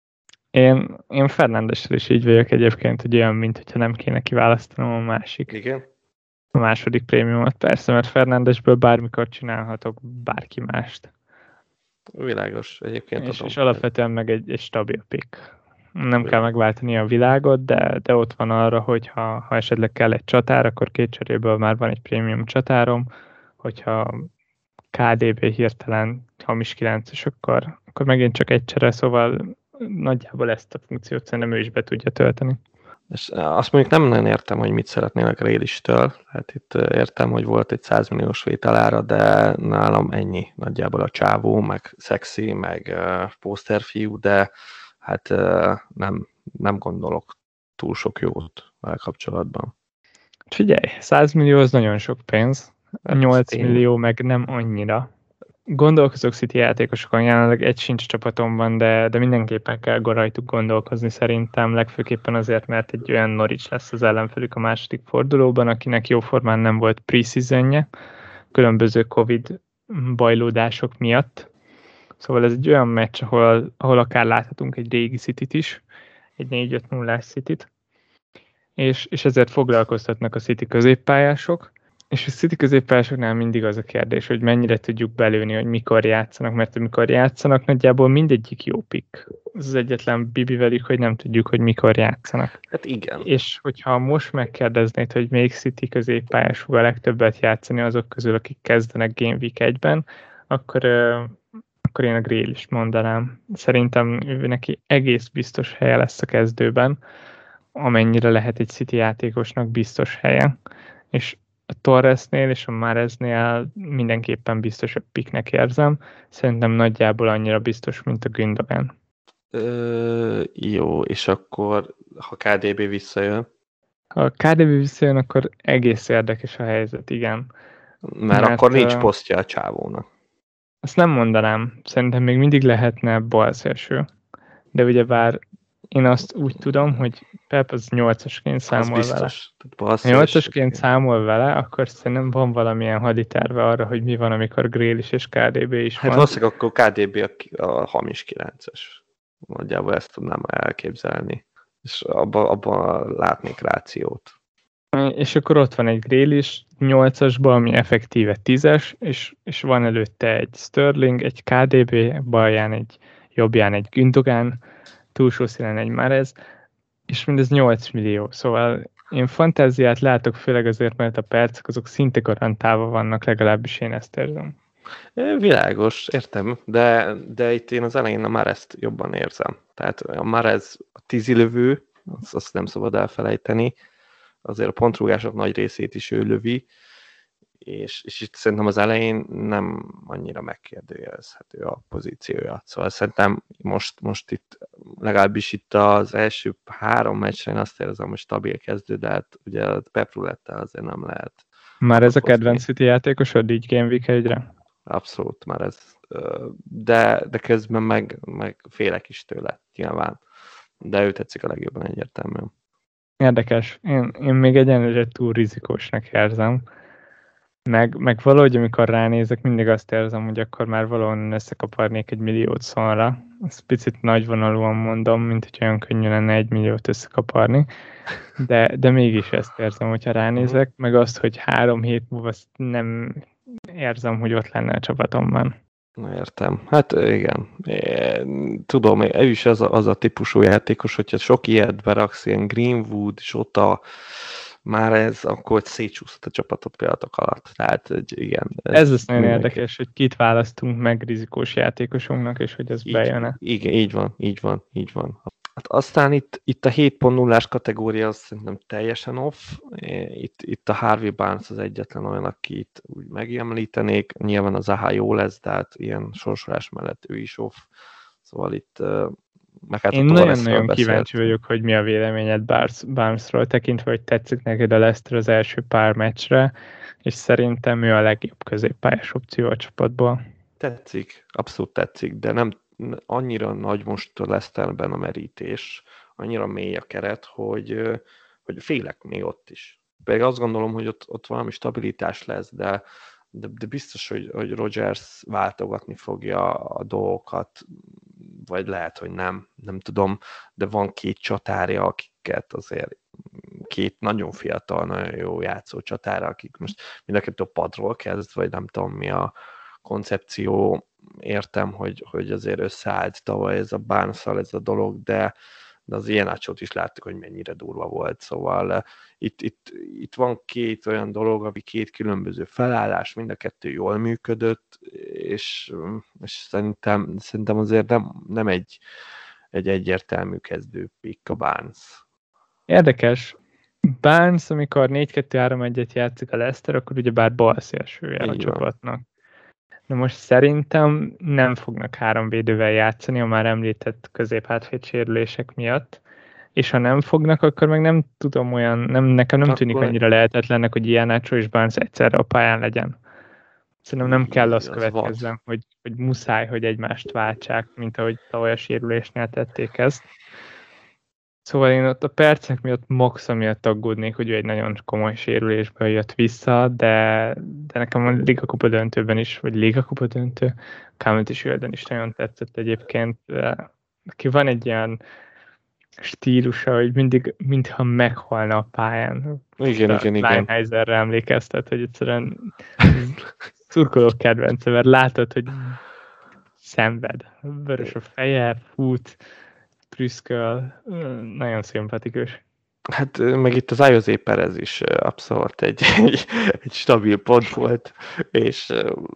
Én Fernándessel is így vagyok egyébként, hogy olyan, mint hogyha nem kéne kiválasztanom a másik. Igen? A második prémiumot, persze, mert Fernándesből bármikor csinálhatok bárki mást. Világos, egyébként és alapvetően meg egy stabil pick. Nem kell megváltani a világot, de ott van arra, hogy ha esetleg kell egy csatár, akkor 2 cseréből már van egy prémium csatárom, hogyha KDB hirtelen hamis 9-es, akkor megint csak egy csere, szóval nagyjából ezt a funkciót szerintem ő is be tudja tölteni. És azt mondjuk nem nagyon értem, hogy mit szeretnének Grealistől. Hát itt értem, hogy volt egy 100 milliós vételára, de nálam ennyi nagyjából a csávó, meg szexi, meg poszterfiú, de hát nem gondolok túl sok jót vele kapcsolatban. Figyelj, 100 millió az nagyon sok pénz, 8 millió meg nem annyira. Gondolkozok City játékosokon, jelenleg egy sincs csapatomban, de mindenképpen kell rajtuk gondolkozni szerintem, legfőképpen azért, mert egy olyan Norwich lesz az ellenfelük a második fordulóban, akinek jóformán nem volt pre-seasonje, különböző Covid bajlódások miatt. Szóval ez egy olyan meccs, ahol akár láthatunk egy régi Cityt is, egy 4-5-0-ás Cityt, és ezért foglalkoztatnak a City középpályások, és a City középpályásoknál mindig az a kérdés, hogy mennyire tudjuk belőni, hogy mikor játszanak, mert amikor játszanak, nagyjából mindegyik jó pick. Ez az egyetlen bibi velük, hogy nem tudjuk, hogy mikor játszanak. Hát igen. És hogyha most megkérdeznéd, hogy még City középpályás fog a legtöbbet játszani azok közül, akik kezdenek Game Week 1-ben, akkor én a Grealist mondanám. Szerintem neki egész biztos helye lesz a kezdőben, amennyire lehet egy City játékosnak biztos helye. És a Torresnél és a Mahreznél mindenképpen biztosabb picknek érzem. Szerintem nagyjából annyira biztos, mint a Gündogan. Jó, és akkor, ha KDB visszajön? Ha KDB visszajön, akkor egész érdekes a helyzet, igen. Mert akkor nincs posztja a csávónak. Azt nem mondanám. Szerintem még mindig lehetne balszélső. De ugyebár én azt úgy tudom, hogy Pep az 8-asként számol vele. Ha 8-asként számol vele, akkor szerintem van valamilyen haditerve arra, hogy mi van, amikor Grealish és KDB is van. Hát valószínűleg akkor KDB a hamis 9-es. Nagyjából ezt tudnám elképzelni. És abban látnék rációt. És akkor ott van egy Grealish 8-asban, ami effektíve 10-es, és van előtte egy Sterling, egy KDB, balján jobbján egy Gündogan, túlsó színen egy Mahrez, és mindez 8 millió. Szóval én fantáziát látok, főleg azért, mert a percek azok szinte garantálva vannak, legalábbis én ezt érzem. Világos, értem, de itt én az elején a Mahrezt jobban érzem. Tehát a Mahrez a tízilövő, azt nem szabad elfelejteni, azért a pontrúgások nagy részét is ő lövi, és itt szerintem az elején nem annyira megkérdőjelezhető a pozíciója. Szóval szerintem most itt, legalábbis itt az első 3 meccsen azt érzem, hogy stabil kezdő, de hát ugye a Pep Roulette-tel azért nem lehet. Már ez a kedvenc City játékosod így Game Week 1-re? Abszolút, már ez. De közben meg félek is tőle, nyilván. De ő tetszik a legjobban egyértelműen. Érdekes. Én még egyenlőre túl rizikósnak érzem. Meg valahogy, amikor ránézek, mindig azt érzem, hogy akkor már valahonnan összekaparnék 1 milliót Sonra. Ezt picit nagyvonalúan mondom, mint hogy olyan könnyű lenne 1 milliót összekaparni. De mégis ezt érzem, hogyha ránézek, meg azt, hogy 3 hét múlva nem érzem, hogy ott lenne a csapatomban. Na, értem. Hát igen. Tudom, ő is az a típusú játékos, hogyha sok ilyet beraksz, ilyen Greenwood, Jota, már ez, akkor szétcsúszott a csapatot pillanatok alatt. Tehát, igen. Ez lesz nagyon érdekes, hogy kit választunk meg rizikós játékosunknak, és hogy ez bejön-e. Igen, így van. Hát aztán itt a 7.0-ás kategória az szerintem teljesen off. Itt a Harvey Barnes az egyetlen olyan, akit úgy megemlítenék. Nyilván az Zaha jó lesz, de hát ilyen sorsolás mellett ő is off. Szóval itt hát én nagyon kíváncsi vagyok, hogy mi a véleményed Barnesról, tekintve, hogy tetszik neked a Leicester az első pár meccsre, és szerintem ő a legjobb középpályás opció a csapatból. Tetszik, abszolút tetszik, de nem annyira nagy most a Leicesterben a merítés, annyira mély a keret, hogy félek még ott is. Pedig azt gondolom, hogy ott valami stabilitás lesz, de biztos, hogy Rodgers váltogatni fogja a dolgokat, vagy lehet, hogy nem tudom, de van 2 csatárja, akiket azért 2 nagyon fiatal, nagyon jó játszó csatára, akik most mind a 2 a padról kezd, vagy nem tudom mi a koncepció. Értem, hogy azért összeállt tavaly ez a Barnes-szal ez a dolog, de de az Iheanacho-t is láttuk, hogy mennyire durva volt, szóval itt van két olyan dolog, ami két különböző felállás, mind a kettő jól működött, és szerintem azért nem egy egyértelmű kezdő pick a Barnes. Érdekes. Barnes, amikor 4-2-3-1-et játszik a Leicester, akkor ugyebár balszélsője a csapatnak. De most szerintem nem fognak 3 védővel játszani a már említett középhátvéd sérülések miatt, és ha nem fognak, akkor meg nem tudom nekem nem tűnik annyira lehetetlennek, hogy Iheanacho és Barnes egyszerre a pályán legyen. Szerintem nem kell az következzen, hogy muszáj, hogy egymást váltsák, mint ahogy tavaly a sérülésnél tették ezt. Szóval én ott a percek miatt max miatt aggódnék, hogy ő egy nagyon komoly sérülésből jött vissza, de nekem a Liga Kupa döntőben is, vagy Liga Kupa döntő, Community Shield-en is nagyon tetszett egyébként. Neki van egy ilyen stílusa, hogy mindig, mintha meghalna a pályán. Igen. Leinheiserre emlékeztet, hogy egyszerűen szurkolók kedvence, mert látod, hogy szenved. Vörös a feje, fut, prüszköl, nagyon szimpatikus. Hát meg itt az José Perez is abszolút egy stabil pont volt, és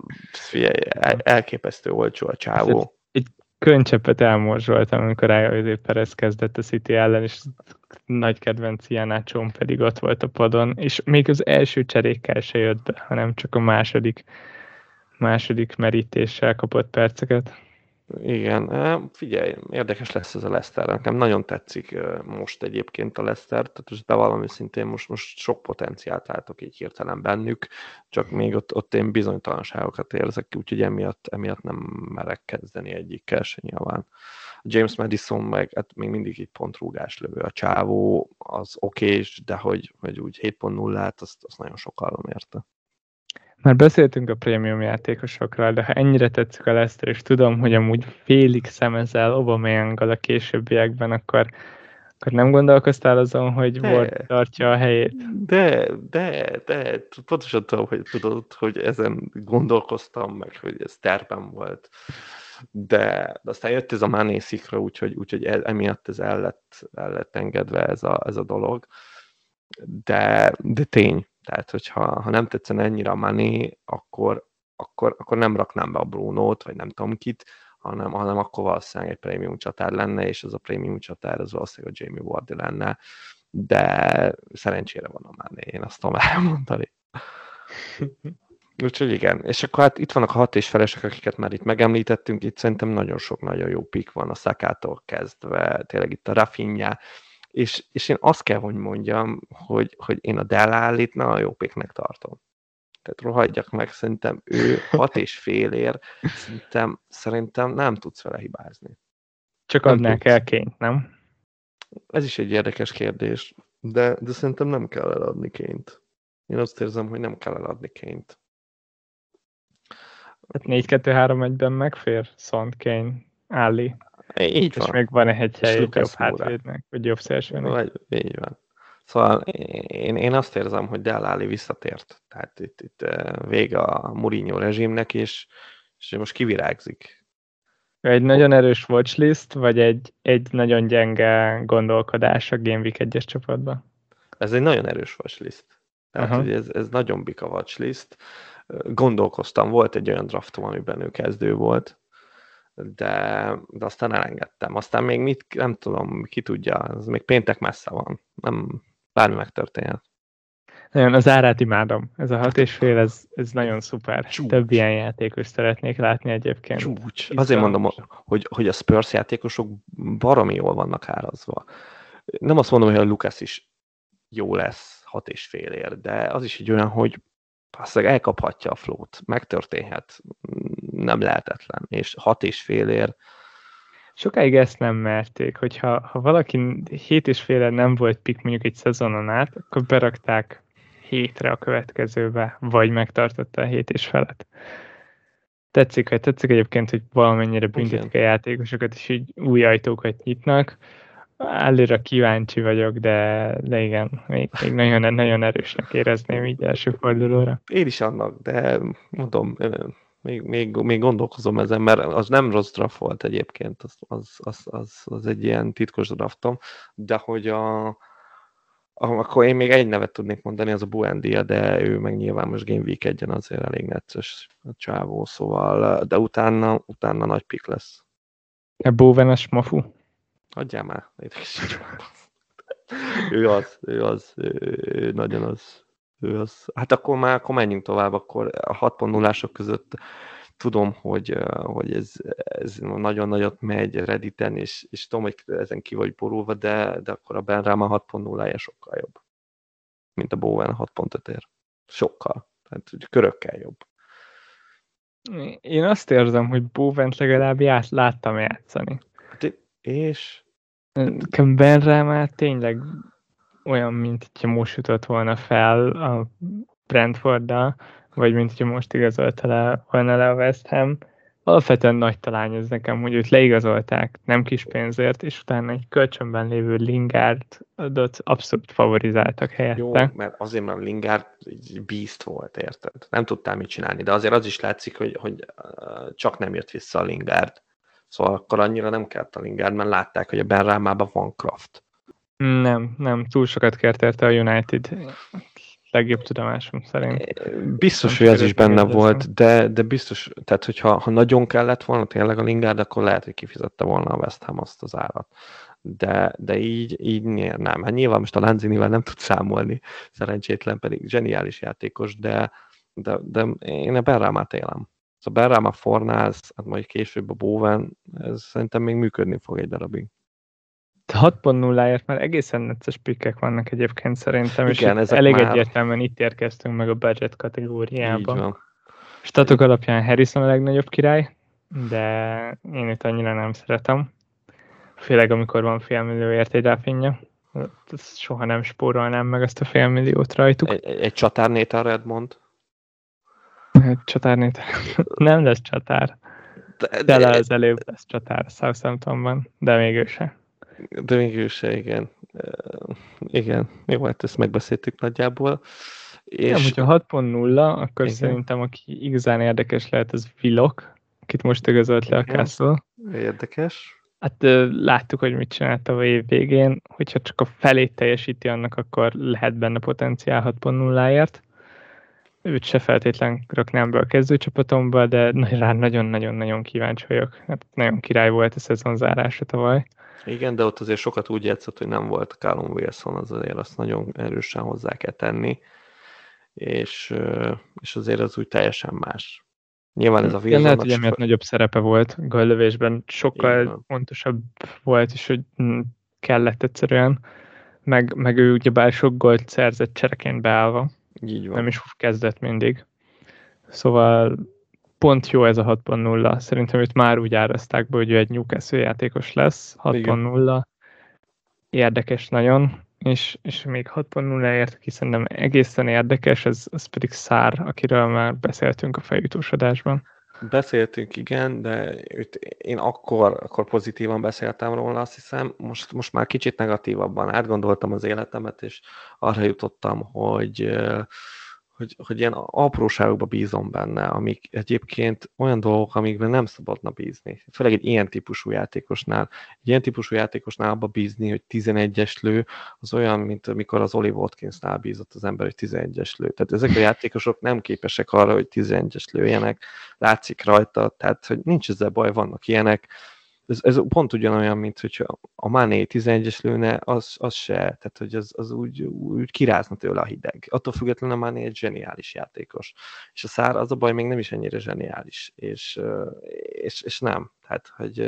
elképesztő olcsó a csávó. Egy könycseppet elmorzsoltam, amikor José Perez kezdett a City ellen, és nagy kedvenc Iheanacho pedig ott volt a padon, és még az első cserékkel se jött be, hanem csak a második merítéssel kapott perceket. Igen, figyelj, érdekes lesz ez a Leicester. Nekem nagyon tetszik most egyébként a Leicester, tehát bevallom őszintén, most sok potenciált látok így hirtelen bennük, csak még ott én bizonytalanságokat érzek, úgyhogy emiatt nem merek kezdeni egyikkel se nyilván. James Maddison meg hát még mindig egy pontrúgás lövő. A csávó az okés, de hogy úgy 7.0-át, azt nagyon sokalom érte. Már beszéltünk a prémium játékosokról, de ha ennyire tetszik a Leicester, és tudom, hogy amúgy félig szemezel Aubameyanggal a későbbiekben, akkor nem gondolkoztál azon, hogy Ward tartja a helyét? De, pontosan tudom, hogy tudod, hogy ezen gondolkoztam, meg hogy ez tervem volt. De aztán jött ez a Mané szikra, úgyhogy emiatt ez el lett engedve ez a dolog. De tény. Tehát, hogyha nem tetszene ennyire a Mané, akkor nem raknám be a Brunót, vagy nem tudom kit, hanem akkor valószínűleg egy prémium csatár lenne, és az a prémium csatár az valószínűleg a Jamie Vardy lenne. De szerencsére van a Mané, én azt tudom elmondani. Úgyhogy igen. És akkor hát itt vannak a 6 és felesek, akiket már itt megemlítettünk, itt szerintem nagyon sok nagyon jó pick van a Sakától kezdve, tényleg itt a Rafinha, és én azt kell, hogy mondjam, hogy én a Dele Allit nagyon jó picknek tartom. Tehát rohadjak meg, szerintem ő 6,5 szerintem nem tudsz vele hibázni. Csak adnák el Kane-t, nem? Ez is egy érdekes kérdés, de szerintem nem kell eladni Kane-t. Én azt érzem, hogy nem kell eladni Kane-t. Hát 4-2-3-1-ben megfér Son, Kane, Ali. Így van. És még van egy hely jobb hátvédnek, vagy jobb szélsőnek. Így van. Szóval én azt érzem, hogy Dele Alli visszatért. Tehát itt vége a Mourinho rezsimnek, és most kivirágzik. Egy nagyon erős watchlist, vagy egy nagyon gyenge gondolkodás a Game Week 1-es csapatban? Ez egy nagyon erős watchlist. Tehát hogy ez nagyon bika watchlist. Gondolkoztam, volt egy olyan draftom, amiben ő kezdő volt, de aztán elengedtem. Aztán még nem tudom, ki tudja, ez még péntek messze van. Nem, bármi megtörténhet. Nagyon, az árát imádom. Ez a 6,5, ez nagyon szuper. Csúcs. Több ilyen játékos szeretnék látni egyébként. Csúcs. Azért mondom, hogy a Spurs játékosok baromi jól vannak árazva. Nem azt mondom, hogy a Lucas is jó lesz 6,5 de az is egy olyan, hogy elkaphatja a flót, megtörténhet, nem lehetetlen, és 6,5 Sokáig ezt nem merték, hogyha valaki 7,5 nem volt pick mondjuk egy szezonon át, akkor berakták 7-re a következőbe, vagy megtartotta a 7,5-et. Tetszik egyébként, hogy valamennyire büntetik a játékosokat, és így új ajtókat nyitnak. Előre kíváncsi vagyok, de igen, még nagyon, nagyon erősnek érezném így első fordulóra. Én is annak, de mondom, Még gondolkozom ezen, mert az nem rossz draft volt egyébként, az egy ilyen titkos draftom, de hogy akkor én még egy nevet tudnék mondani, az a Buendia, de ő meg nyilván most Game Week 1-en azért elég necces csávó, szóval, de utána nagy pick lesz. A Bowen-es mafu. Adjál már. Ő nagyon az. Hát akkor menjünk tovább, akkor a 6.0-ások között tudom, hogy ez nagyon nagyot megy Redditen, és tudom, hogy ezen ki vagy borulva, de akkor a Ben Rama 6.0-ja sokkal jobb, mint a Bowen 6.5-ér. Sokkal. Tehát körökkel jobb. Én azt érzem, hogy Bowent legalább láttam játszani. És? Ben Rama tényleg olyan, mint hogyha most jutott volna fel a Brentforddal, vagy mint hogyha most igazolta volna le a West Ham. Alapvetően nagy talány ez nekem, hogy őt leigazolták, nem kis pénzért, és utána egy kölcsönben lévő Lingardot abszolút favorizáltak helyette. Jó, mert azért, mert Lingard egy beast volt, érted? Nem tudtál mit csinálni, de azért az is látszik, hogy csak nem jött vissza a Lingard. Szóval akkor annyira nem kellett a Lingard, mert látták, hogy a Ben Rámában van craft. Nem, túl sokat kért érte a United. Legjobb tudomásom szerint. Biztos, hogy ez is benne volt, de biztos, tehát hogyha nagyon kellett volna tényleg a Lingard, akkor lehet, hogy kifizette volna a West Ham azt az árat. De így nem. Hát nyilván most a Lanzinivel nem tud számolni, szerencsétlen pedig zseniális játékos, de én a Ben Rámát élem. A Ben Ráma Fornász, hát majd később a Bowen, ez szerintem még működni fog egy darabig. 6.0-ért már egészen necces pikkek vannak egyébként szerintem, igen, és elég egyértelműen itt érkeztünk meg a budget kategóriába. Így van. Statok alapján Harrison a legnagyobb király, de én itt annyira nem szeretem. Főleg amikor van $500,000 egy ráfinja. Soha nem spórolnám meg ezt a $500,000 rajtuk. Egy csatárnéta Redmond? Csatárnéta? Nem lesz csatár. De az előbb lesz csatár Southamptonban, de még ő se. De még ő se, igen. Igen, jó, hát ezt megbeszéltük nagyjából. És nem, hogyha 6.0, akkor igen. Szerintem aki igazán érdekes lehet, az Willock, akit most igazolt le a Castle. Érdekes. Hát láttuk, hogy mit csinált a év végén, hogyha csak a felét teljesíti annak, akkor lehet benne potenciál 6.0-ért. Őt se feltétlen raknám be a kezdőcsapatomba, de rá nagyon-nagyon-nagyon kíváncsi vagyok. Hát nagyon király volt a szezonzárása tavaly. Igen, de ott azért sokat úgy játszott, hogy nem volt Callum Wilson, azért azt nagyon erősen hozzá kell tenni, és azért az úgy teljesen más. Nyilván ez a Wilson... Lehet, hogy emiatt nagyobb szerepe volt gólövésben, sokkal fontosabb volt is, hogy kellett egyszerűen, meg ő ugyebár sok gólt szerzett csereként beállva. Így van. Nem is kezdett mindig. Szóval pont jó ez a 6.0. Szerintem őt már úgy árazták be, hogy ő egy Newcastle játékos lesz. 6.0. Érdekes nagyon. És még 6.0-ért, aki szerintem egészen érdekes, az pedig Szár, akiről már beszéltünk a fejütős adásban. Beszéltünk, igen, de én akkor pozitívan beszéltem róla, azt hiszem. Most már kicsit negatívabban átgondoltam az életemet, és arra jutottam, hogy ilyen apróságokba bízom benne, amik egyébként olyan dolgok, amikben nem szabadna bízni. Főleg egy ilyen típusú játékosnál. Egy ilyen típusú játékosnál abba bízni, hogy 11-es lő, az olyan, mint amikor az Oli Watkinsnál bízott az ember, hogy 11-es lő. Tehát ezek a játékosok nem képesek arra, hogy 11-es lőjenek, látszik rajta, tehát hogy nincs ezzel baj, vannak ilyenek. Ez pont ugyanolyan, mint hogyha a Mané 11-es lőne, az se, tehát hogy az úgy kirázna tőle a hideg. Attól függetlenül a Mané egy zseniális játékos. És a Szár az a baj, még nem is ennyire zseniális. És nem. Tehát, hogy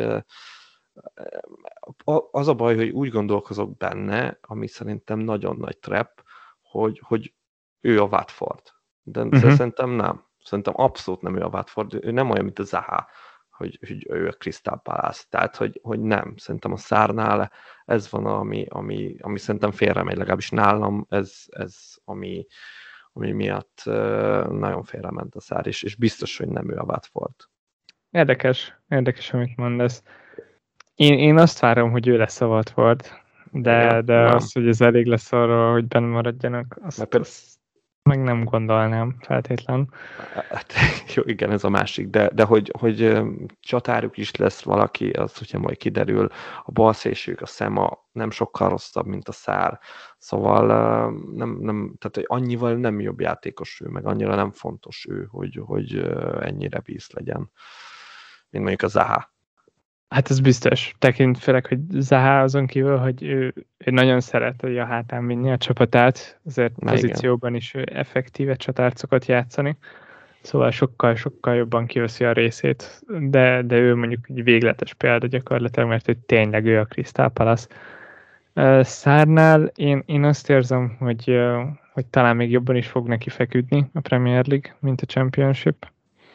az a baj, hogy úgy gondolkozok benne, ami szerintem nagyon nagy trap, hogy ő a Watford. De szerintem nem. Szerintem abszolút nem ő a Watford. Ő nem olyan, mint a Zaha, hogy ő a Crystal Palace. Tehát, hogy nem. Szerintem a Szárnál ez van, ami szerintem félremegy, legalábbis nálam ez ami miatt nagyon félrement a Szár, és biztos, hogy nem ő a Watford. Érdekes, amit mondasz. Én azt várom, hogy ő lesz a Watford, de az, hogy ez elég lesz arra, hogy benne maradjanak, azt Meg nem gondolnám feltétlen. Hát, jó, igen, ez a másik, de hogy csatáruk is lesz valaki, az hogyha majd kiderül, a balszélsők, a Szema nem sokkal rosszabb, mint a Szár, szóval tehát hogy annyival nem jobb játékos ő, meg annyira nem fontos ő, hogy ennyire bíz legyen, mint mondjuk a Zaha. Hát ez biztos, tekintve, hogy Zaha azon kívül, hogy ő nagyon szeret, hogy a hátán vinni a csapatát, azért pozícióban is ő effektíve csatárt szokott játszani, szóval sokkal jobban kiveszi a részét, de ő mondjuk egy végletes példa gyakorlatilag, mert hogy tényleg ő a Crystal Palace. Szárnál én azt érzem, hogy talán még jobban is fog neki feküdni a Premier League, mint a Championship.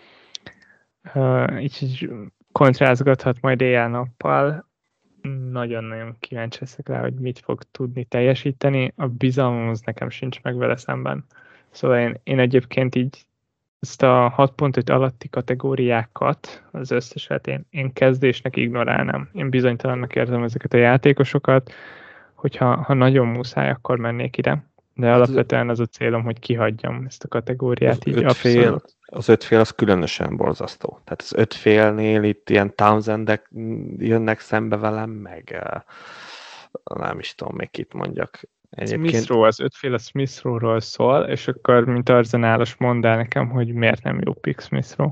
Így kontrázgathat majd éjjel-nappal. Nagyon-nagyon kíváncsi leszek rá, hogy mit fog tudni teljesíteni. A bizalmam az nekem sincs meg vele szemben. Szóval én egyébként így ezt a 6.5 alatti kategóriákat, az összeset én kezdésnek ignorálnám. Én bizonytalannak érzem ezeket a játékosokat, hogyha nagyon muszáj, akkor mennék ide. De alapvetően az a célom, hogy kihagyjam ezt a kategóriát. Az 5 fél az különösen borzasztó. Tehát az 5 félnél itt ilyen Townsendek jönnek szembe velem, meg nem is tudom, még kit mondjak. Smith Rowe, az 5 fél a Smith Rowe-ról szól, és akkor, mint Arsenalos, mondd el nekem, hogy miért nem jó pick Smith Rowe.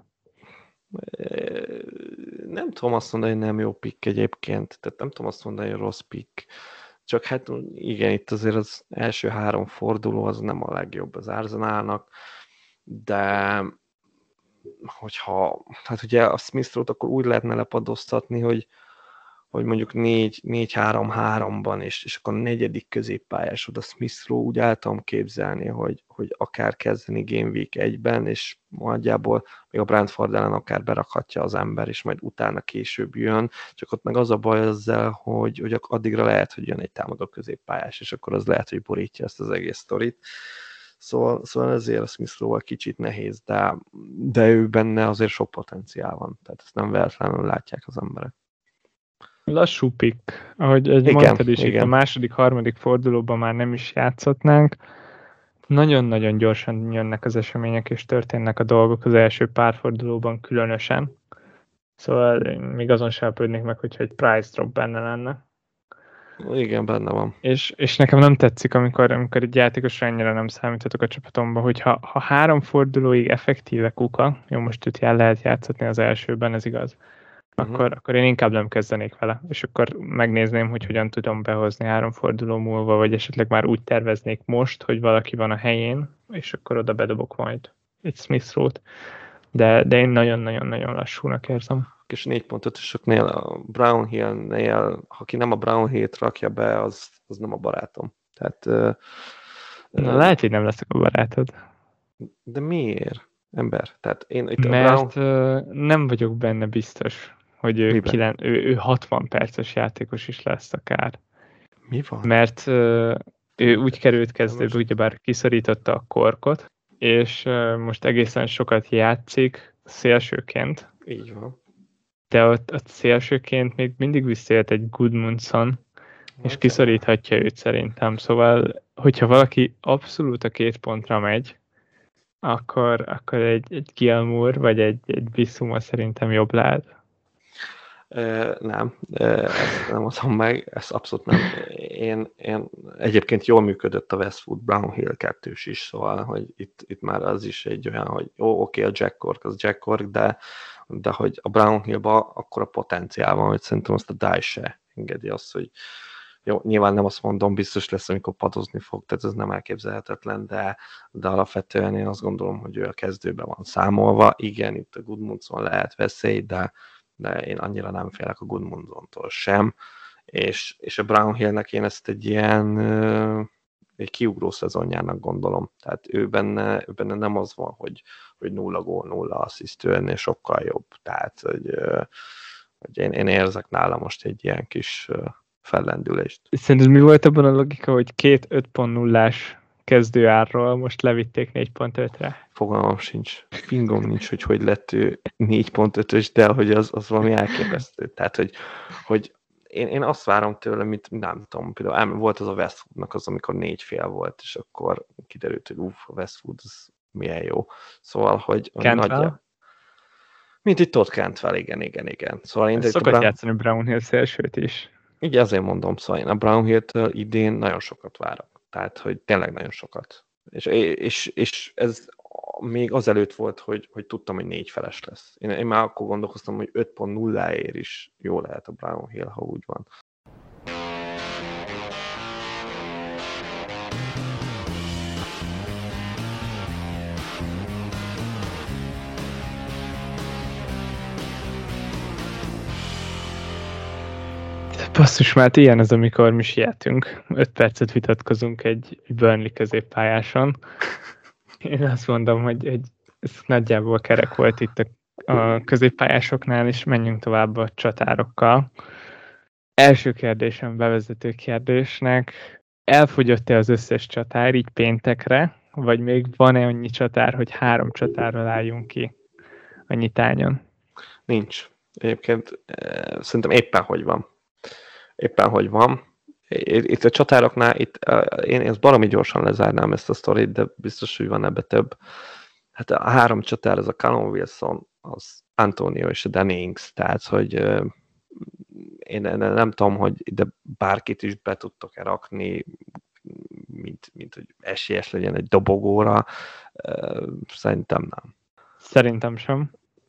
Nem tudom azt mondani, hogy nem jó pick egyébként, tehát nem tudom azt mondani, hogy rossz pick. Csak hát igen, itt azért az első 3 forduló az nem a legjobb az Arsenalnak, de hogyha, hát ugye a Smith Rowe-t akkor úgy lehetne lepadoztatni, hogy mondjuk 4-3-3-ban, és akkor a negyedik középpályásod a Smith Rowe, úgy el tudom képzelni, hogy akár kezdeni Game Week 1-ben, és nagyjából még a Brentford ellen akár berakhatja az ember, és majd utána később jön, csak ott meg az a baj ezzel, hogy addigra lehet, hogy jön egy támadó középpályás, és akkor az lehet, hogy borítja ezt az egész sztorit. Szóval ezért a Smith Rowe kicsit nehéz, de ő benne azért sok potenciál van, tehát ezt nem véletlenül látják az emberek. Lassú pick, ahogy mondtad is, itt a második, harmadik fordulóban már nem is játszhatnánk. Nagyon-nagyon gyorsan jönnek az események, és történnek a dolgok az első pár fordulóban különösen. Szóval még azon sem lepődnék meg, hogyha egy price drop benne lenne. Igen, benne van. És nekem nem tetszik, amikor egy játékosra ennyire nem számítatok a csapatomba, hogy ha 3 fordulóig effektíve kuka, jó, most itt el lehet játszatni az elsőben, ez igaz, akkor én inkább nem kezdenék vele, és akkor megnézném, hogy hogyan tudom behozni 3 forduló múlva, vagy esetleg már úgy terveznék most, hogy valaki van a helyén, és akkor oda bedobok majd egy Smith Rowe-t. De én nagyon-nagyon-nagyon lassúnak érzem. És 4.5-ösöknél, a Brown Hill-nél, aki nem a Brown Hill-t rakja be, az nem a barátom. Tehát, lehet, hogy nem leszek a barátod. De miért, ember? Tehát én itt mert nem vagyok benne biztos, hogy ő 60 perces játékos is lesz akár. Mi van? Mert ő úgy került kezdőbe, ugyebár kiszorította a korkot, és most egészen sokat játszik szélsőként. Így van. De ott szélsőként még mindig visszajött egy Gudmundsson, és kiszoríthatja őt szerintem. Szóval, hogyha valaki abszolút a 2 pontra megy, akkor egy Gilmour vagy egy Bissouma szerintem jobb lehet. Nem, ezt nem adom meg, ezt abszolút nem. Én egyébként jól működött a Westwood Brown Hill 2-s is, szóval, hogy itt már az is egy olyan, hogy oké, a Jack Cork az Jack Cork, de hogy a Brown Hill-ba akkor a potenciál van, hogy szerintem azt a Dye se engedi azt, hogy jó, nyilván nem azt mondom, biztos lesz, amikor padozni fog, tehát ez nem elképzelhetetlen, de alapvetően én azt gondolom, hogy ő a kezdőben van számolva. Igen, itt a Gudmundsson lehet veszély, de én annyira nem félek a Gudmundsontól sem, és a Brown Hillnek én ezt egy ilyen egy kiugró szezonjának gondolom. Tehát ő benne nem az van, hogy 0 gól, 0 assziszt, ő ennél sokkal jobb. Tehát, hogy én érzek nála most egy ilyen kis fellendülést. Szerinted mi volt abban a logika, hogy 2 5.0-ás kezdőárról most levitték 4.5-re? Fogalmam sincs. Fingom nincs, hogy lett ő 4.5-ös, de hogy az valami elképesztő. Tehát, hogy én azt várom tőle, mint nem tudom, például volt az a Westwoodnak az, amikor 4 fél volt, és akkor kiderült, hogy a Westwood az milyen jó. Szóval, hogy nagyjából... Mint itt Todd Cantwell, igen. Szóval én szokott játszani Brown Hill szélsőt is. Így ezért mondom, szóval én a Brown Hill-től idén nagyon sokat várok. Tehát, hogy tényleg nagyon sokat. És ez még azelőtt volt, hogy tudtam, hogy 4 feles lesz. Én már akkor gondolkoztam, hogy 5.0-ér is jó lehet a Brown Hill, ha úgy van. Basszus, már ilyen az, amikor mi sietünk. 5 percet vitatkozunk egy Burnley középpályáson. Én azt mondom, hogy ez nagyjából kerek volt itt a középpályásoknál, és menjünk tovább a csatárokkal. Első kérdésem, bevezető kérdésnek. Elfogyott-e az összes csatár így péntekre, vagy még van-e annyi csatár, hogy 3 csatárral álljunk ki a nyitányon? Nincs. Egyébként szerintem éppen hogy van. Itt a csatároknál, én ezt baromi gyorsan lezárnám ezt a sztorit, de biztos, hogy van ebbe több. Hát a 3 csatár, az a Callum Wilson, az Antonio és a Danny Ings, tehát, hogy én nem tudom, hogy ide bárkit is be tudtok-e rakni, mint hogy esélyes legyen egy dobogóra. Szerintem nem. Szerintem sem.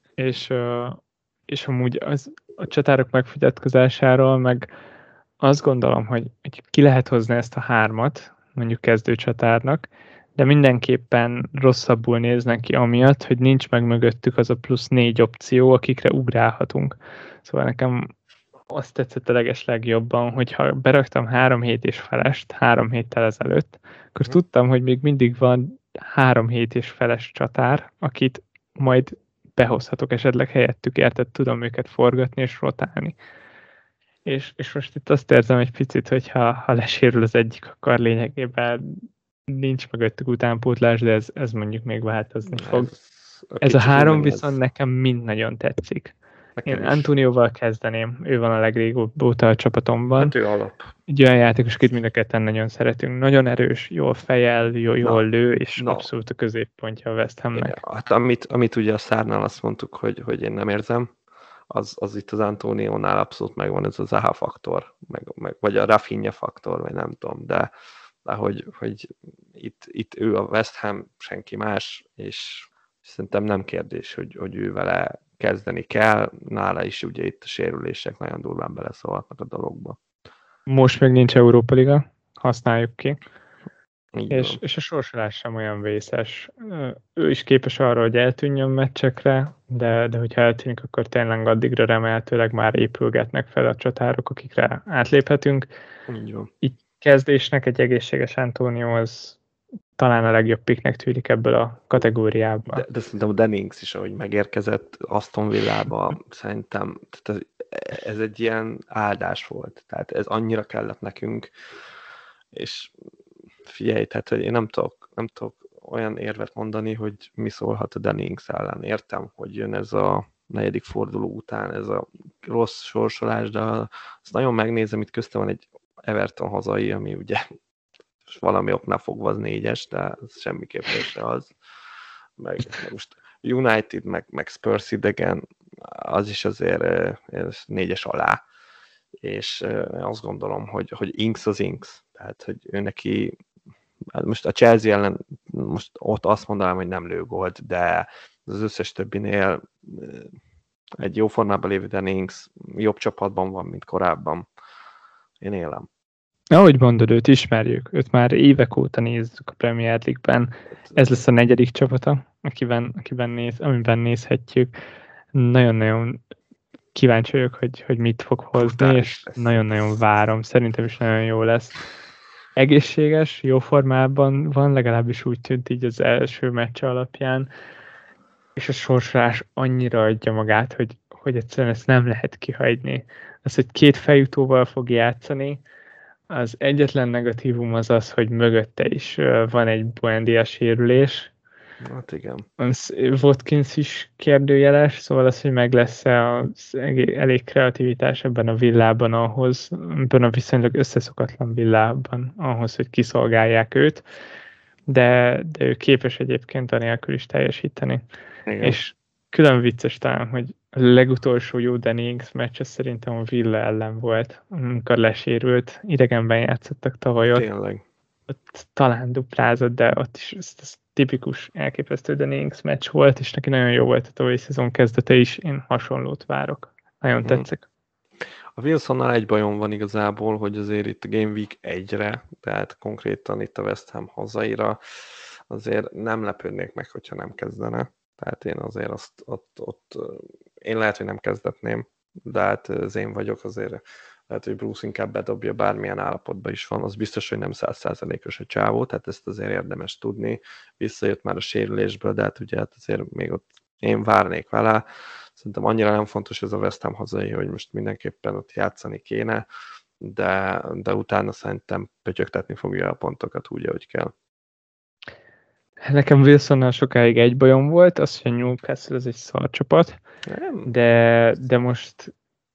És amúgy a csatárok megfogyatkozásáról, meg azt gondolom, hogy ki lehet hozni ezt a 3-at, mondjuk kezdőcsatárnak, de mindenképpen rosszabbul néznek ki amiatt, hogy nincs meg mögöttük az a plusz 4 opció, akikre ugrálhatunk. Szóval nekem azt tetszett a legeslegjobban, hogyha beraktam 3 hét és felest 3 héttel ezelőtt, akkor tudtam, hogy még mindig van 3 hét és feles csatár, akit majd behozhatok esetleg helyettük, érted, tudom őket forgatni és rotálni. És most itt azt érzem egy picit, hogy ha lesérül az egyik, akkor lényegében nincs mögöttük utánpótlás, de ez mondjuk még változni fog. Ez a 3 viszont nekem mind nagyon tetszik. Én Antonióval kezdeném, ő van a legrégóta a csapatomban. Hát ő alap. Egy olyan játékos, akit mind a ketten nagyon szeretünk. Nagyon erős, jól fejel, jól lő, és abszolút a középpontja a West Hamnek. Hát amit ugye a Szárnál azt mondtuk, hogy én nem érzem, az itt az Antoniónál abszolút megvan ez a Zaha faktor, vagy a Rafinha faktor, vagy nem tudom, de hogy itt ő a West Ham, senki más, és szerintem nem kérdés, hogy ő vele kezdeni kell, nála is ugye itt a sérülések nagyon durván beleszólhatnak a dologba. Most még nincs Európa Liga, használjuk ki. És a sorsolás sem olyan vészes. Ő is képes arra, hogy eltűnjön meccsekre, de hogyha eltűnik, akkor tényleg addigra remélhetőleg már épülgetnek fel a csatárok, akikre átléphetünk. Így kezdésnek egy egészséges Antonio az talán a legjobb picknek tűnik ebből a kategóriában. De szerintem a Dennings is, ahogy megérkezett Aston Villába, szerintem ez egy ilyen áldás volt. Tehát ez annyira kellett nekünk, és figyelj, tehát hogy én nem tudok olyan érvet mondani, hogy mi szólhat a Dennings ellen. Értem, hogy jön ez a 4. forduló után, ez a rossz sorsolás, de azt nagyon megnézem, itt köztem van egy Everton hazai, ami ugye valami oknál fogva az 4-es, de ez semmiképpen se az. Meg most United, meg Spurs idegen, az is azért 4-es alá. És azt gondolom, hogy Ings az Ings. Tehát, hogy ő neki, most a Chelsea ellen most ott azt mondanám, hogy nem lő gólt, de az összes többinél egy jó formában lévő Danny Ings jobb csapatban van, mint korábban. Én élem. Ahogy mondod, őt ismerjük. Őt már évek óta nézzük a Premier League-ben. Ez lesz a 4. csapata, amiben nézhetjük. Nagyon-nagyon kíváncsi vagyok, hogy mit fog hozni, és nagyon-nagyon várom. Szerintem is nagyon jó lesz. Egészséges, jó formában van, legalábbis úgy tűnt így az első meccse alapján, és a sorsolás annyira adja magát, hogy egyszerűen ezt nem lehet kihagyni. Az, hogy 2 feljutóval fog játszani, az egyetlen negatívum az, hogy mögötte is van egy Buendia sérülés, Hát igen. Az Watkins is kérdőjeles, szóval az, hogy meg lesz-e az elég kreativitás ebben a villában ahhoz, ebben a viszonylag összeszokatlan villában ahhoz, hogy kiszolgálják őt, de ő képes egyébként anélkül is teljesíteni. Igen. És külön vicces talán, hogy a legutolsó jó Danny Ings meccs az szerintem a Villa ellen volt, amikor lesérült, idegenben játszottak tavaly ott. Tényleg. Ott talán duplázott, de ott is ez tipikus elképesztő Danny Ings meccs volt, és neki nagyon jó volt a tavalyi szezon kezdete is, én hasonlót várok. Nagyon tetszik. A Wilsonnal egy bajom van igazából, hogy azért itt a Game Week 1-re, tehát konkrétan itt a West Ham hazaira, azért nem lepődnék meg, hogyha nem kezdene. Tehát én azért ott én lehet, hogy nem kezdetném, de hát az én vagyok, azért lehet, hogy Bruce inkább bedobja, bármilyen állapotban is van, az biztos, hogy nem 100%-os a csávó, tehát ezt azért érdemes tudni. Visszajött már a sérülésből, de hát ugye hát azért még ott én várnék vele. Szerintem annyira nem fontos ez a West Ham hazai, hogy most mindenképpen ott játszani kéne, de utána szerintem pötyögtetni fogja a pontokat úgy, ahogy kell. Nekem Wilsonnal sokáig egy bajom volt, az, hogy a Newcastle ez egy szar csapat, de most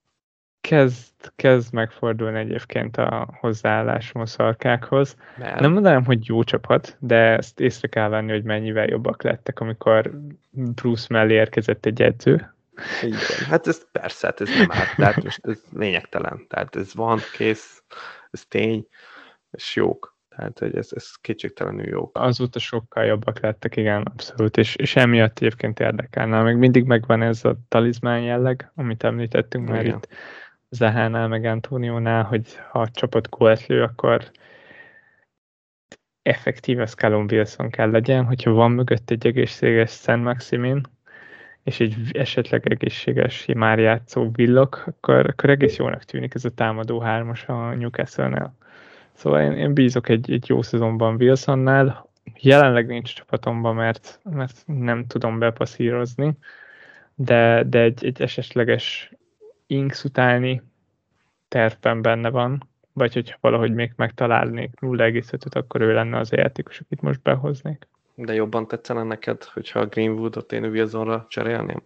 kezd megfordulni egyébként a hozzáállásom a szarkákhoz. Nem mondanám, hogy jó csapat, de ezt észre kell venni, hogy mennyivel jobbak lettek, amikor Bruce mellé érkezett egy edző. Igen. Hát ez persze, hát ez nem árt, tehát most ez lényegtelen. Tehát ez van, kész, ez tény, és jók. Tehát hogy ez kétségtelenül jók. Azóta sokkal jobbak lettek, igen, abszolút, és emiatt egyébként érdekelne. Még mindig megvan ez a talizmán jelleg, amit említettünk már itt Zahánál, meg Antóniónál, hogy ha a csapat gólt lő, akkor effektív az Callum Wilson kell legyen, hogyha van mögött egy egészséges Saint Maximin, és egy esetleg egészséges, már játszó Willock, akkor egész jónak tűnik ez a támadó hármas a Newcastle-nél. Szóval én bízok egy jó szezonban Wilsonnál. Jelenleg nincs csapatomban, mert nem tudom bepasszírozni, de egy esetleges Inks utáni tervben benne van, vagy hogyha valahogy még megtalálnék 0,5-öt, akkor ő lenne az a játékos, akit most behoznék. De jobban tetszene neked, hogyha a Greenwoodot én Wilsonra cserélném?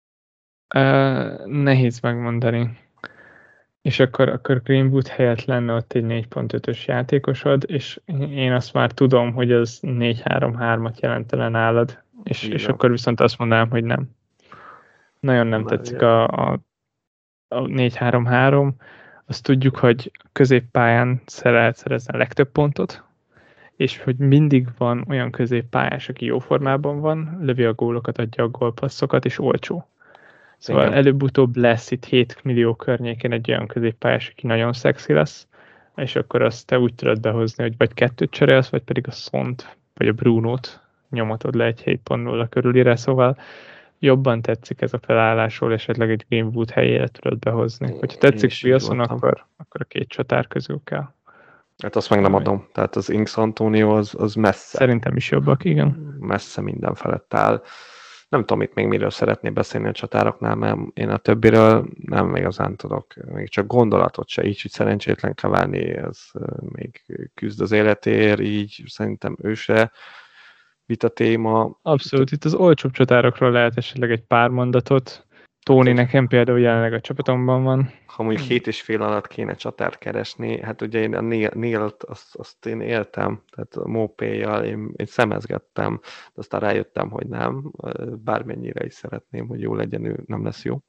Nehéz megmondani. És akkor Greenwood helyett lenne ott egy 4.5-ös játékosod, és én azt már tudom, hogy az 4-3-3-at jelentene nálad, és akkor viszont azt mondanám, hogy nem. Nagyon nem tetszik a 4-3-3. Azt tudjuk, hogy középpályán lehet szerezni a legtöbb pontot, és hogy mindig van olyan középpályás, aki jó formában van, lövi a gólokat, adja a gólpasszokat, és olcsó. Szóval előbb-utóbb lesz itt 7 millió környékén egy olyan középpályás, aki nagyon szexi lesz, és akkor azt te úgy tudod behozni, hogy vagy 2 cserélsz, vagy pedig a Sont, vagy a Brunót nyomatod le egy 7.0 körülire, szóval jobban tetszik ez a felállásról, esetleg egy Greenwood helyére tudod behozni. Hogyha tetszik Wilson, akkor a 2 csatár közül kell. Hát azt meg nem adom. Tehát az Inks Antonio az messze. Szerintem is jobbak, igen. Messze minden felett áll. Nem tudom itt még miről szeretnék beszélni a csatároknál, mert én a többiről nem igazán tudok, még csak gondolatot se, így, hogy szerencsétlen Cavani, ez még küzd az életéért, így szerintem ő se vita téma. Abszolút, itt az olcsóbb csatárokról lehet esetleg egy pár mondatot. Tóni nekem például jelenleg a csapatomban van. Ha mondjuk 7,5 alatt kéne csatárt keresni, hát ugye én a Nélt azt én éltem, tehát a Mopéjjal én szemezgettem, de aztán rájöttem, hogy nem, bármennyire is szeretném, hogy jó legyen, ő nem lesz jó.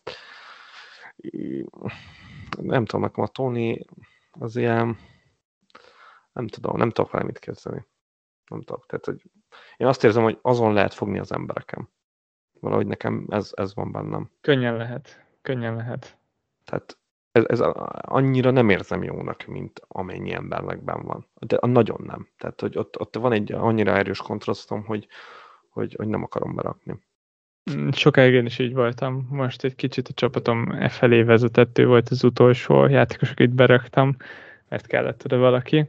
Nem tudom, nekem a Tony az ilyen, nem tudok vele mit kezdeni. Nem tudok, tehát hogy én azt érzem, hogy azon lehet fogni az embereken. Valahogy nekem ez van bennem. Könnyen lehet. Tehát ez annyira nem érzem jónak, mint amennyi emberekben van. De nagyon nem. Tehát, hogy ott van egy annyira erős kontrasztom, hogy nem akarom berakni. Sokáig én is így voltam. Most egy kicsit a csapatom felé vezetett, ő volt az utolsó játékos, akit beraktam, mert kellett oda valaki.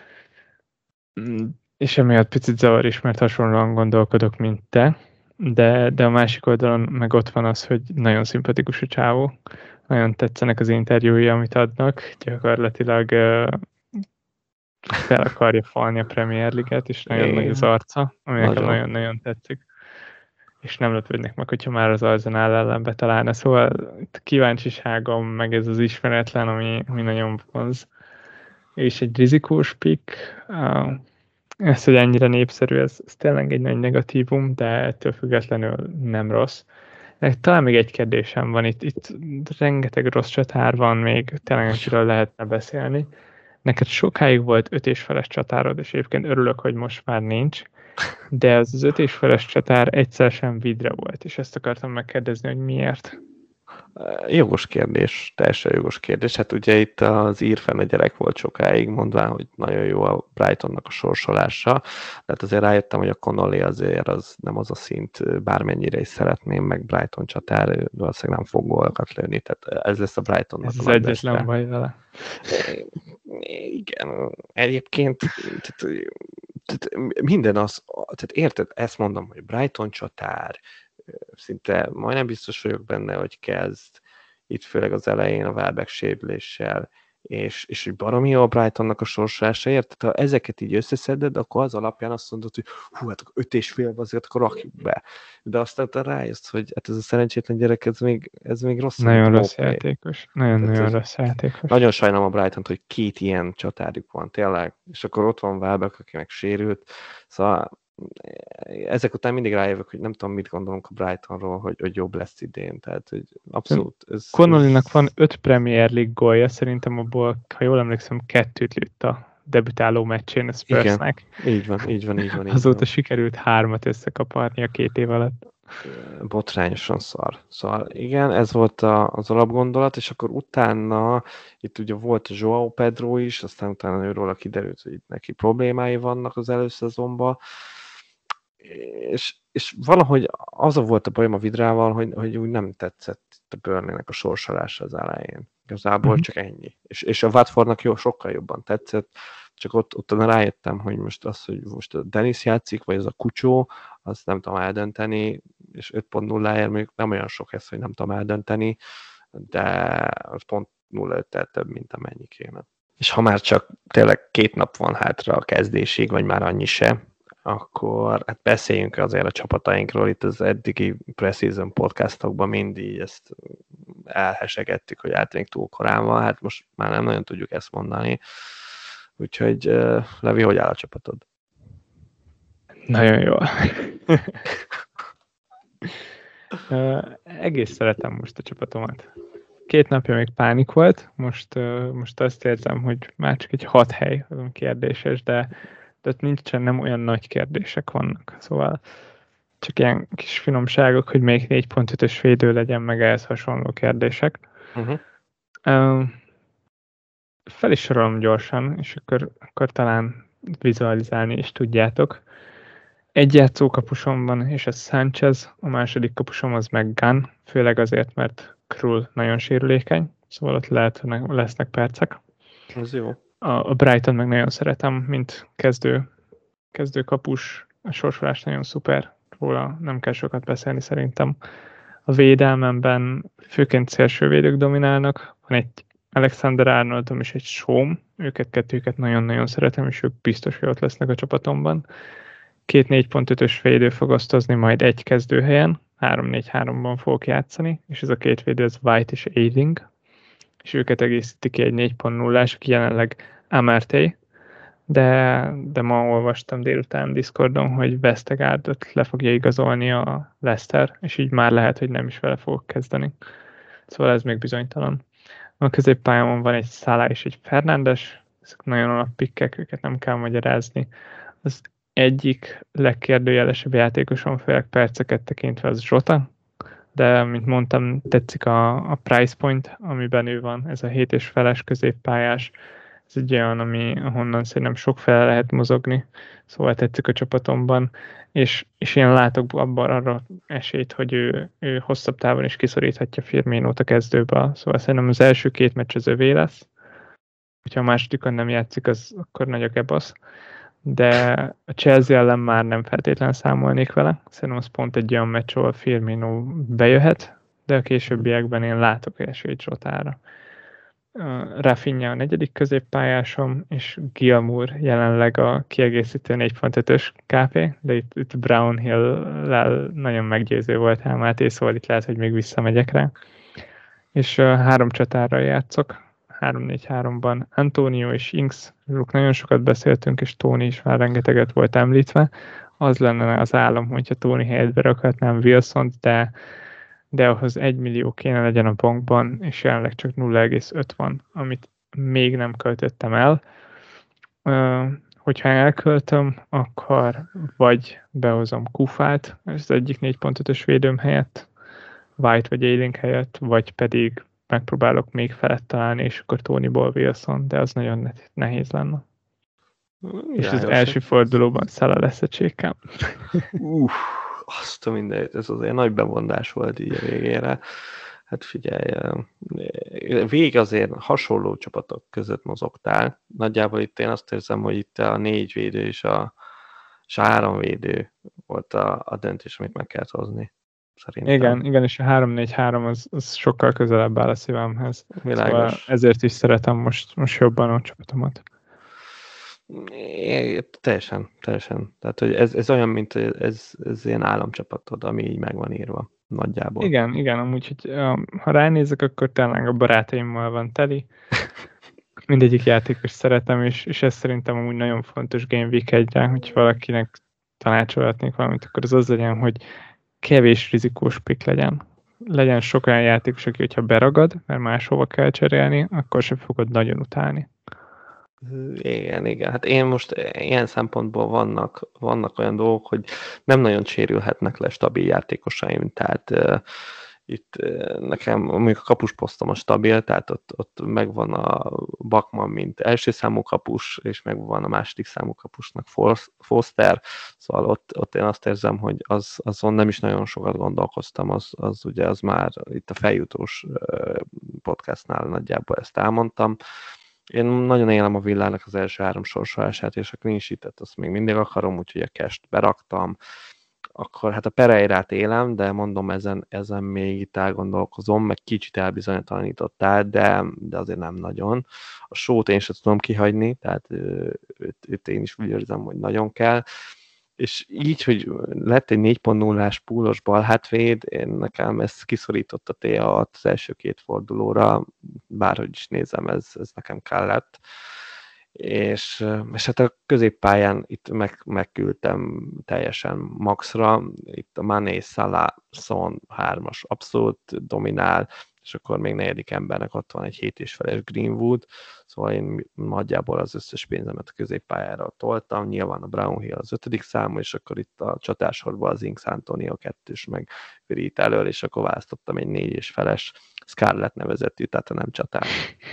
És emiatt picit zavar is, mert hasonlóan gondolkodok, mint te. De a másik oldalon meg ott van az, hogy nagyon szimpatikus a csávó. Nagyon tetszenek az interjúi, amit adnak. Gyakorlatilag fel akarja falni a Premier League-et, és nagyon nagy az arca, ami nekem nagyon-nagyon tetszik. És nem lepődnek meg, hogyha már az Arsenal ellen betalálna. Szóval kíváncsiságom, meg ez az ismeretlen, ami nagyon vonz. És egy rizikós pick, ez, hogy ennyire népszerű, ez tényleg egy nagy negatívum, de ettől függetlenül nem rossz. De talán még egy kérdésem van, itt rengeteg rossz csatár van még, tényleg akiről lehetne beszélni. Neked sokáig volt 5,5-es csatárod, és egyébként örülök, hogy most már nincs, de az 5,5-es csatár egyszer sem vidre volt, és ezt akartam megkérdezni, hogy miért. Jogos kérdés, teljesen jogos kérdés. Hát ugye itt az írfene gyerek volt sokáig, mondván, hogy nagyon jó a Brightonnak a sorsolása. Tehát azért rájöttem, hogy a Connolly azért az nem az a szint, bármennyire is szeretném, meg Brighton csatár valószínűleg nem fog gólokat lőni. Tehát ez lesz a Brightonnak ez az egyetlen baj vele. Igen, egyébként minden az, tehát érted, ezt mondom, hogy Brighton csatár, szinte majdnem biztos vagyok benne, hogy kezd itt főleg az elején a Welbeck sérüléssel, és hogy baromi jó a Brightonnak a sorsolása, érted? Ha ezeket így összeszeded, akkor az alapján azt mondod, hogy hú, hát 5,5 azért akkor rakjuk be. De aztán te rájössz, hogy hát ez a szerencsétlen gyerek, ez még rossz. Nagyon rossz játékos. Nagyon rossz játékos. Nagyon sajnálom a Brightont, hogy 2 ilyen csatárjuk van, tényleg. És akkor ott van Welbeck, aki meg sérült. Szóval ezek után mindig rájövök, hogy nem tudom, mit gondolunk a Brightonról, hogy jobb lesz idén. Tehát, hogy abszolút. Connollynak van 5 Premier League gólja, szerintem abból, ha jól emlékszem, 2-t lőtt a debütáló meccsén a Spursnek. Igen, így van. Azóta sikerült 3-at összekaparni a 2 év alatt. Botrányosan szar. Szóval igen, ez volt az alapgondolat, és akkor utána itt ugye volt a João Pedro is, aztán utána őróla kiderült, hogy itt neki problémái vannak az előszezonban, és valahogy az volt a bajom a Vidrával, hogy úgy nem tetszett a Burnley-nek a sorsolása az elején. Igazából csak ennyi. És a Watfordnak sokkal jobban tetszett, csak ott rájöttem, hogy most az, hogy most a Dennis játszik, vagy ez a Kucsó, azt nem tudom eldönteni, és 5.0-ért mondjuk nem olyan sok ez, hogy nem tudom eldönteni, de az pont 0,5-tel több, mint amennyi kéne. És ha már csak tényleg 2 nap van hátra a kezdésig, vagy már annyi se, akkor hát beszéljünk azért a csapatainkról. Itt az eddigi Pre-Season podcastokban mindig ezt elhesegettük, hogy hát még túl korán van, hát most már nem nagyon tudjuk ezt mondani. Úgyhogy Levi, hogy áll a csapatod? Nagyon jó. Egész szeretem most a csapatomat. 2 napja még pánik volt, most azt érzem, hogy már csak egy 6 hely, az kérdéses, de ott nem olyan nagy kérdések vannak. Szóval csak ilyen kis finomságok, hogy még 4.5-ös védő legyen, meg ehhez hasonló kérdések. Fel is sorolom gyorsan, és akkor talán vizualizálni is tudjátok. Egy játszókapusom van, és ez Sánchez, a második kapusom az meg Gunn, főleg azért, mert Krul nagyon sérülékeny, szóval ott lesznek percek. Az jó. A Brighton meg nagyon szeretem, mint kezdő kapus, a sorsolás nagyon szuper, róla nem kell sokat beszélni szerintem. A védelmemben főként szélsővédők dominálnak, van egy Alexander Arnoldom és egy Shaw, kettőket nagyon-nagyon szeretem, és ők biztos, hogy ott lesznek a csapatomban. 2 4.5-ös védő fog osztozni majd egy kezdőhelyen, 3-4-3-ban fogok játszani, és ez a 2 védő, ez White és Ayling, és őket egészíti ki egy 4.0-ás, aki jelenleg Amartey, de ma olvastam délután Discordon, hogy Vestergaardot le fogja igazolni a Leicester, és így már lehet, hogy nem is vele fogok kezdeni. Szóval ez még bizonytalan. A középpályámon van egy Salah és egy Fernandes, ezek nagyon alappikkek, őket nem kell magyarázni. Az egyik legkérdőjelesebb játékosom, főleg perceket tekintve, az Jota, de mint mondtam, tetszik a price point, amiben ő van, ez a 7,5-es középpályás, ez egy olyan, ahonnan szerintem sok fele lehet mozogni, szóval tetszik a csapatomban, és én látok abban arra esélyt, hogy ő hosszabb távon is kiszoríthatja Firminót a kezdőbe, szóval szerintem az első 2 meccs az övé lesz, hogyha a másodikon nem játszik, az akkor nagy a gebasz, de a Chelsea ellen már nem feltétlenül számolnék vele, szerintem az pont egy olyan meccs, ahol Firmino bejöhet, de a későbbiekben én látok esélyt Jotára. Rafinha a 4. középpályásom, és Gilmour jelenleg a kiegészítő 4.5-ös KP, de itt Brownhill-lel nagyon meggyőző volt Máté, szóval itt lehet, hogy még visszamegyek rá. És 3 csatárral játszok, 3-4-3-ban Antonio és Inks, róluk nagyon sokat beszéltünk, és Tony is már rengeteget volt említve. Az lenne az álom, hogyha Tony helyetbe rakhatnám Wilsont, de ahhoz 1 millió kéne legyen a bankban, és jelenleg csak 0,5 van, amit még nem költöttem el. Hogyha elköltöm, akkor vagy behozom Kufát, az egyik 4.5-ös védőm helyett, White vagy Ayling helyett, vagy pedig megpróbálok még felett találni, és akkor Tonyból Wilson, de az nagyon nehéz lenne. És az első fordulóban Szala lesz a csékám. Azt a mindent, ez azért nagy bemondás volt így a végére. Hát figyelj, végig azért hasonló csapatok között mozogtál. Nagyjából itt én azt érzem, hogy itt a 4 védő és a 3 védő volt a döntés, amit meg kellett hozni. Szerintem. Igen, és a 3-4-3 az sokkal közelebb áll a szívemhez. Szóval ezért is szeretem most jobban a csapatomat. Teljesen. Tehát, hogy ez olyan, mint ez ilyen államcsapatod, ami így meg van írva nagyjából. Igen, amúgy, hogy ha ránézek, akkor tényleg a barátaimmal van teli. Mindegyik játékos szeretem, és ez szerintem amúgy nagyon fontos Game Week 1-re, hogy valakinek tanácsolhatnék valamit, akkor az legyen, hogy kevés rizikós pick legyen sok olyan játékos, aki, hogyha beragad, mert máshova kell cserélni, akkor sem fogod nagyon utálni. Igen. Hát én most ilyen szempontból vannak olyan dolgok, hogy nem nagyon sérülhetnek le stabil játékosaim, tehát itt nekem mondjuk a kapusposztom a stabil, tehát ott megvan a Bachmann, mint első számú kapus, és megvan a második számú kapusnak Foster, szóval ott én azt érzem, hogy azon nem is nagyon sokat gondolkoztam, az ugye az már itt a feljutós podcastnál nagyjából ezt elmondtam. Én nagyon élem a Villának az első 3 sorsolását, és a clean sheet-et azt még mindig akarom, úgyhogy a cash-t beraktam. Akkor hát a Pereirát élem, de mondom, ezen még itt elgondolkozom, meg kicsit elbizonytalanítottál, de azért nem nagyon. A Sót én sem tudom kihagyni, tehát őt én is úgy érzem, hogy nagyon kell. És így, hogy lett egy 4.0-ás púlos balhátvéd, nekem ez kiszorított a TA az első 2 fordulóra, bárhogy is nézem, ez nekem kellett. És hát a középpályán itt megküldtem teljesen maxra, itt a Mané, Salah, Son 3-as abszolút dominál, és akkor még 4. embernek ott van egy 7,5-es Greenwood, szóval én nagyjából az összes pénzemet a középpályára toltam, nyilván a Brownhill az 5. számú, és akkor itt a csatársorban az Inks Antonio 2-s meg Virit elől, és akkor választottam egy 4,5-es Scarlett nevezetű, tehát nem csatár.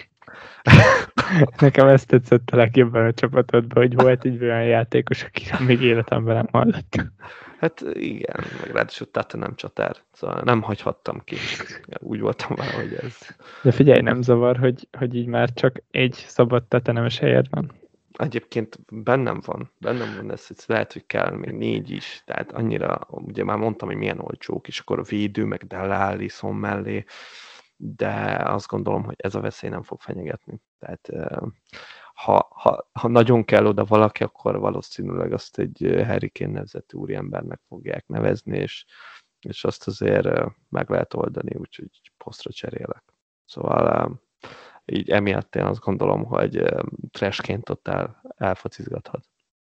Nekem ezt tetszett a legjobban a csapatodban, hogy volt egy olyan játékos, akire még életemben nem hallottam. Hát igen, meg ráadásul Tata nem csatár, szóval nem hagyhattam ki. Úgy voltam vele, hogy ez... De figyelj, nem zavar, hogy így már csak egy szabad Tata nemes helyed van? Egyébként bennem van ez, hogy lehet, hogy kell még 4 is, tehát annyira, ugye már mondtam, hogy milyen olcsók, és akkor a védő, meg Dele Alli, Son mellé, de azt gondolom, hogy ez a veszély nem fog fenyegetni. Tehát ha nagyon kell oda valaki, akkor valószínűleg azt egy Harry Kane nevezetű úriembernek fogják nevezni, és azt azért meg lehet oldani, úgyhogy posztra cserélek. Szóval így emiatt én azt gondolom, hogy trashként ott elfocizgathat.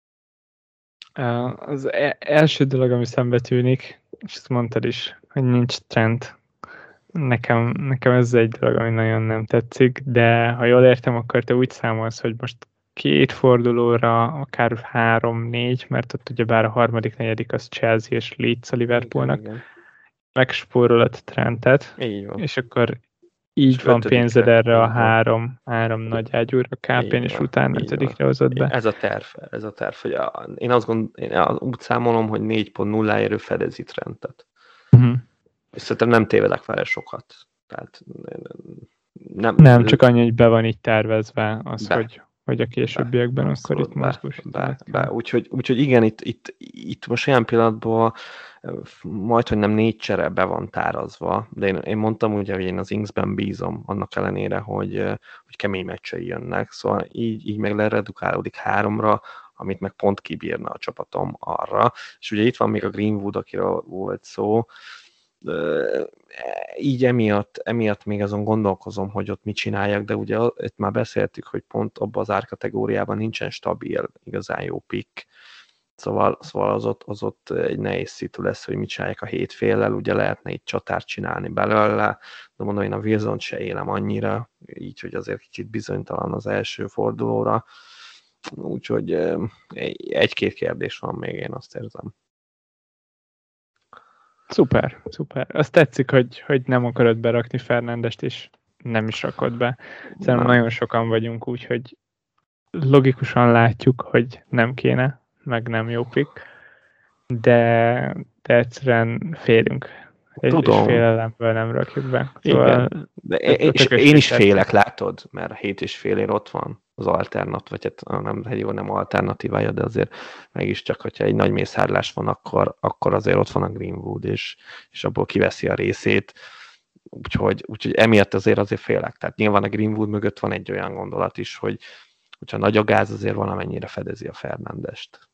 Az első dolog, ami szembe tűnik, és ezt mondtad is, hogy nincs trend. Nekem ez egy dolog, ami nagyon nem tetszik, de ha jól értem, akkor te úgy számolsz, hogy most 2 fordulóra, akár 3-4, mert ott ugyebár a 3., 4. az Chelsea és Leeds a Liverpoolnak, igen. Megspórolod Trentet, és akkor így van pénzed erre a 3 nagy ágyúra KP-n, és utána 5-re hozod be. Ez a terv, hogy én úgy számolom, hogy 4.0-ért fedezi Trentet. És szerintem nem tévedek vele sokat. Tehát nem csak annyi, hogy be van így tervezve az, hogy vagy a későbbiekben, akkor itt mozgósítanak. Úgyhogy igen, itt most olyan pillanatban majd, hogy nem 4 csere be van tárazva, de én mondtam ugye, hogy én az Inksben bízom, annak ellenére, hogy kemény meccsei jönnek, szóval így meg leredukálódik 3-ra, amit meg pont kibírna a csapatom arra, és ugye itt van még a Greenwood, akiről volt szó, így emiatt még azon gondolkozom, hogy ott mit csináljak, de ugye itt már beszéltük, hogy pont abban az árkategóriában nincsen stabil, igazán jó pick, szóval az ott egy nehéz szitu lesz, hogy mit csinálják a hétféllel, ugye lehetne itt csatárt csinálni belőle, de mondom, én a Wilson-t se élem annyira, így, hogy azért kicsit bizonytalan az első fordulóra, úgyhogy egy-két kérdés van még, én azt érzem. Szuper. Azt tetszik, hogy nem akarod berakni Fernandest, és nem is rakod be. Szerintem nagyon sokan vagyunk úgy, hogy logikusan látjuk, hogy nem kéne, meg nem jó pick, de egyszerűen félünk. Tudom. És félelemből nem rakjuk be. Szóval de én is félek, látod? Mert 7,5 ott van az alternat, vagy hát nem alternatívája, de azért mégiscsak, hogyha egy nagy mészárlás van, akkor azért ott van a Greenwood, és abból kiveszi a részét. Úgyhogy emiatt azért félek. Tehát nyilván a Greenwood mögött van egy olyan gondolat is, hogy hogyha nagy a gáz, azért valamennyire fedezi a Fernandest.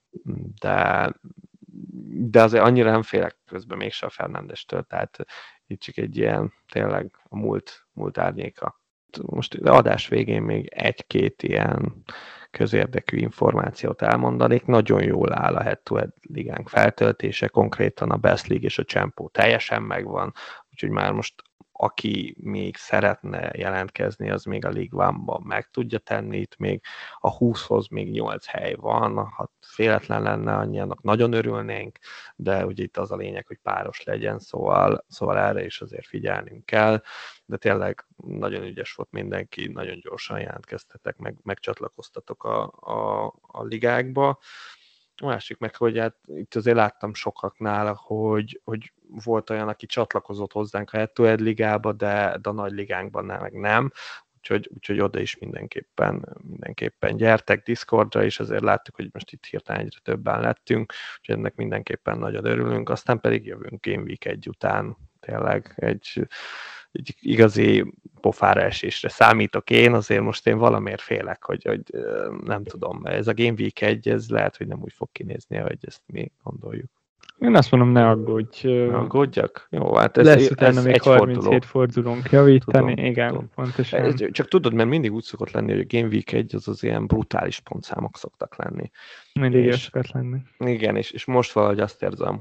De azért annyira nem félek közben mégse a Fernandestől, tehát itt csak egy ilyen tényleg a múlt árnyéka. Most adás végén még egy-két ilyen közérdekű információt elmondanék. Nagyon jól áll a head-to-head ligánk feltöltése, konkrétan a Best League és a Csempó teljesen megvan, úgyhogy már most aki még szeretne jelentkezni, az még a League One-ban meg tudja tenni, itt még a 20-hoz még 8 hely van, ha féletlen lenne annyi, annak nagyon örülnénk, de ugye itt az a lényeg, hogy páros legyen, szóval erre is azért figyelnünk kell, de tényleg nagyon ügyes volt mindenki, nagyon gyorsan jelentkeztetek, meg csatlakoztatok a ligákba. A másik meg, hogy hát itt azért láttam sokaknál, hogy volt olyan, aki csatlakozott hozzánk a head-to-head ligába, de a nagy ligánkban meg nem. Úgyhogy oda is mindenképpen gyertek Discordra, és azért láttuk, hogy most itt hirtelen egyre többen lettünk, úgyhogy ennek mindenképpen nagyon örülünk, aztán pedig jövünk Game Week 1 után, tényleg egy igazi pofára esésre számítok én, azért most én valamiért félek, hogy nem tudom, ez a Game Week 1, ez lehet, hogy nem úgy fog kinézni, hogy ezt mi gondoljuk. Én azt mondom, ne aggódj. Ne aggódjak? Jó, hát lesz utána még 37 fordulónk javítani, tudom, igen, tudom. pontosan. Csak tudod, mert mindig úgy szokott lenni, hogy a Game Week 1 az ilyen brutális pontszámok szoktak lenni. Mindig szokott lenni. Igen, és most valahogy azt érzem,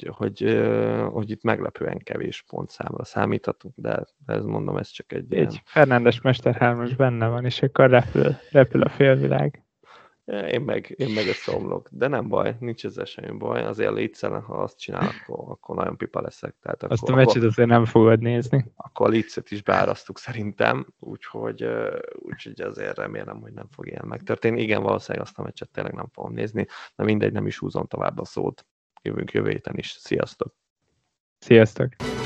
hogy itt meglepően kevés pontszámra számíthatunk, de ez mondom, ez csak egy ilyen... Fernándes Mester 3-as benne van, és akkor repül a félvilág. Én meg összeomlok, de nem baj, nincs ezzel semmi baj, azért Leeds-en, ha azt csinál, akkor nagyon pipa leszek. Tehát azt a meccset azért nem fogod nézni. Akkor a Leeds-et is beárasztuk szerintem, úgyhogy azért remélem, hogy nem fog ilyen megtörténni. Igen, valószínűleg azt a meccset tényleg nem fogom nézni, de mindegy, nem is húzom tovább a szót. Jövünk jövő héten is. Sziasztok! Sziasztok!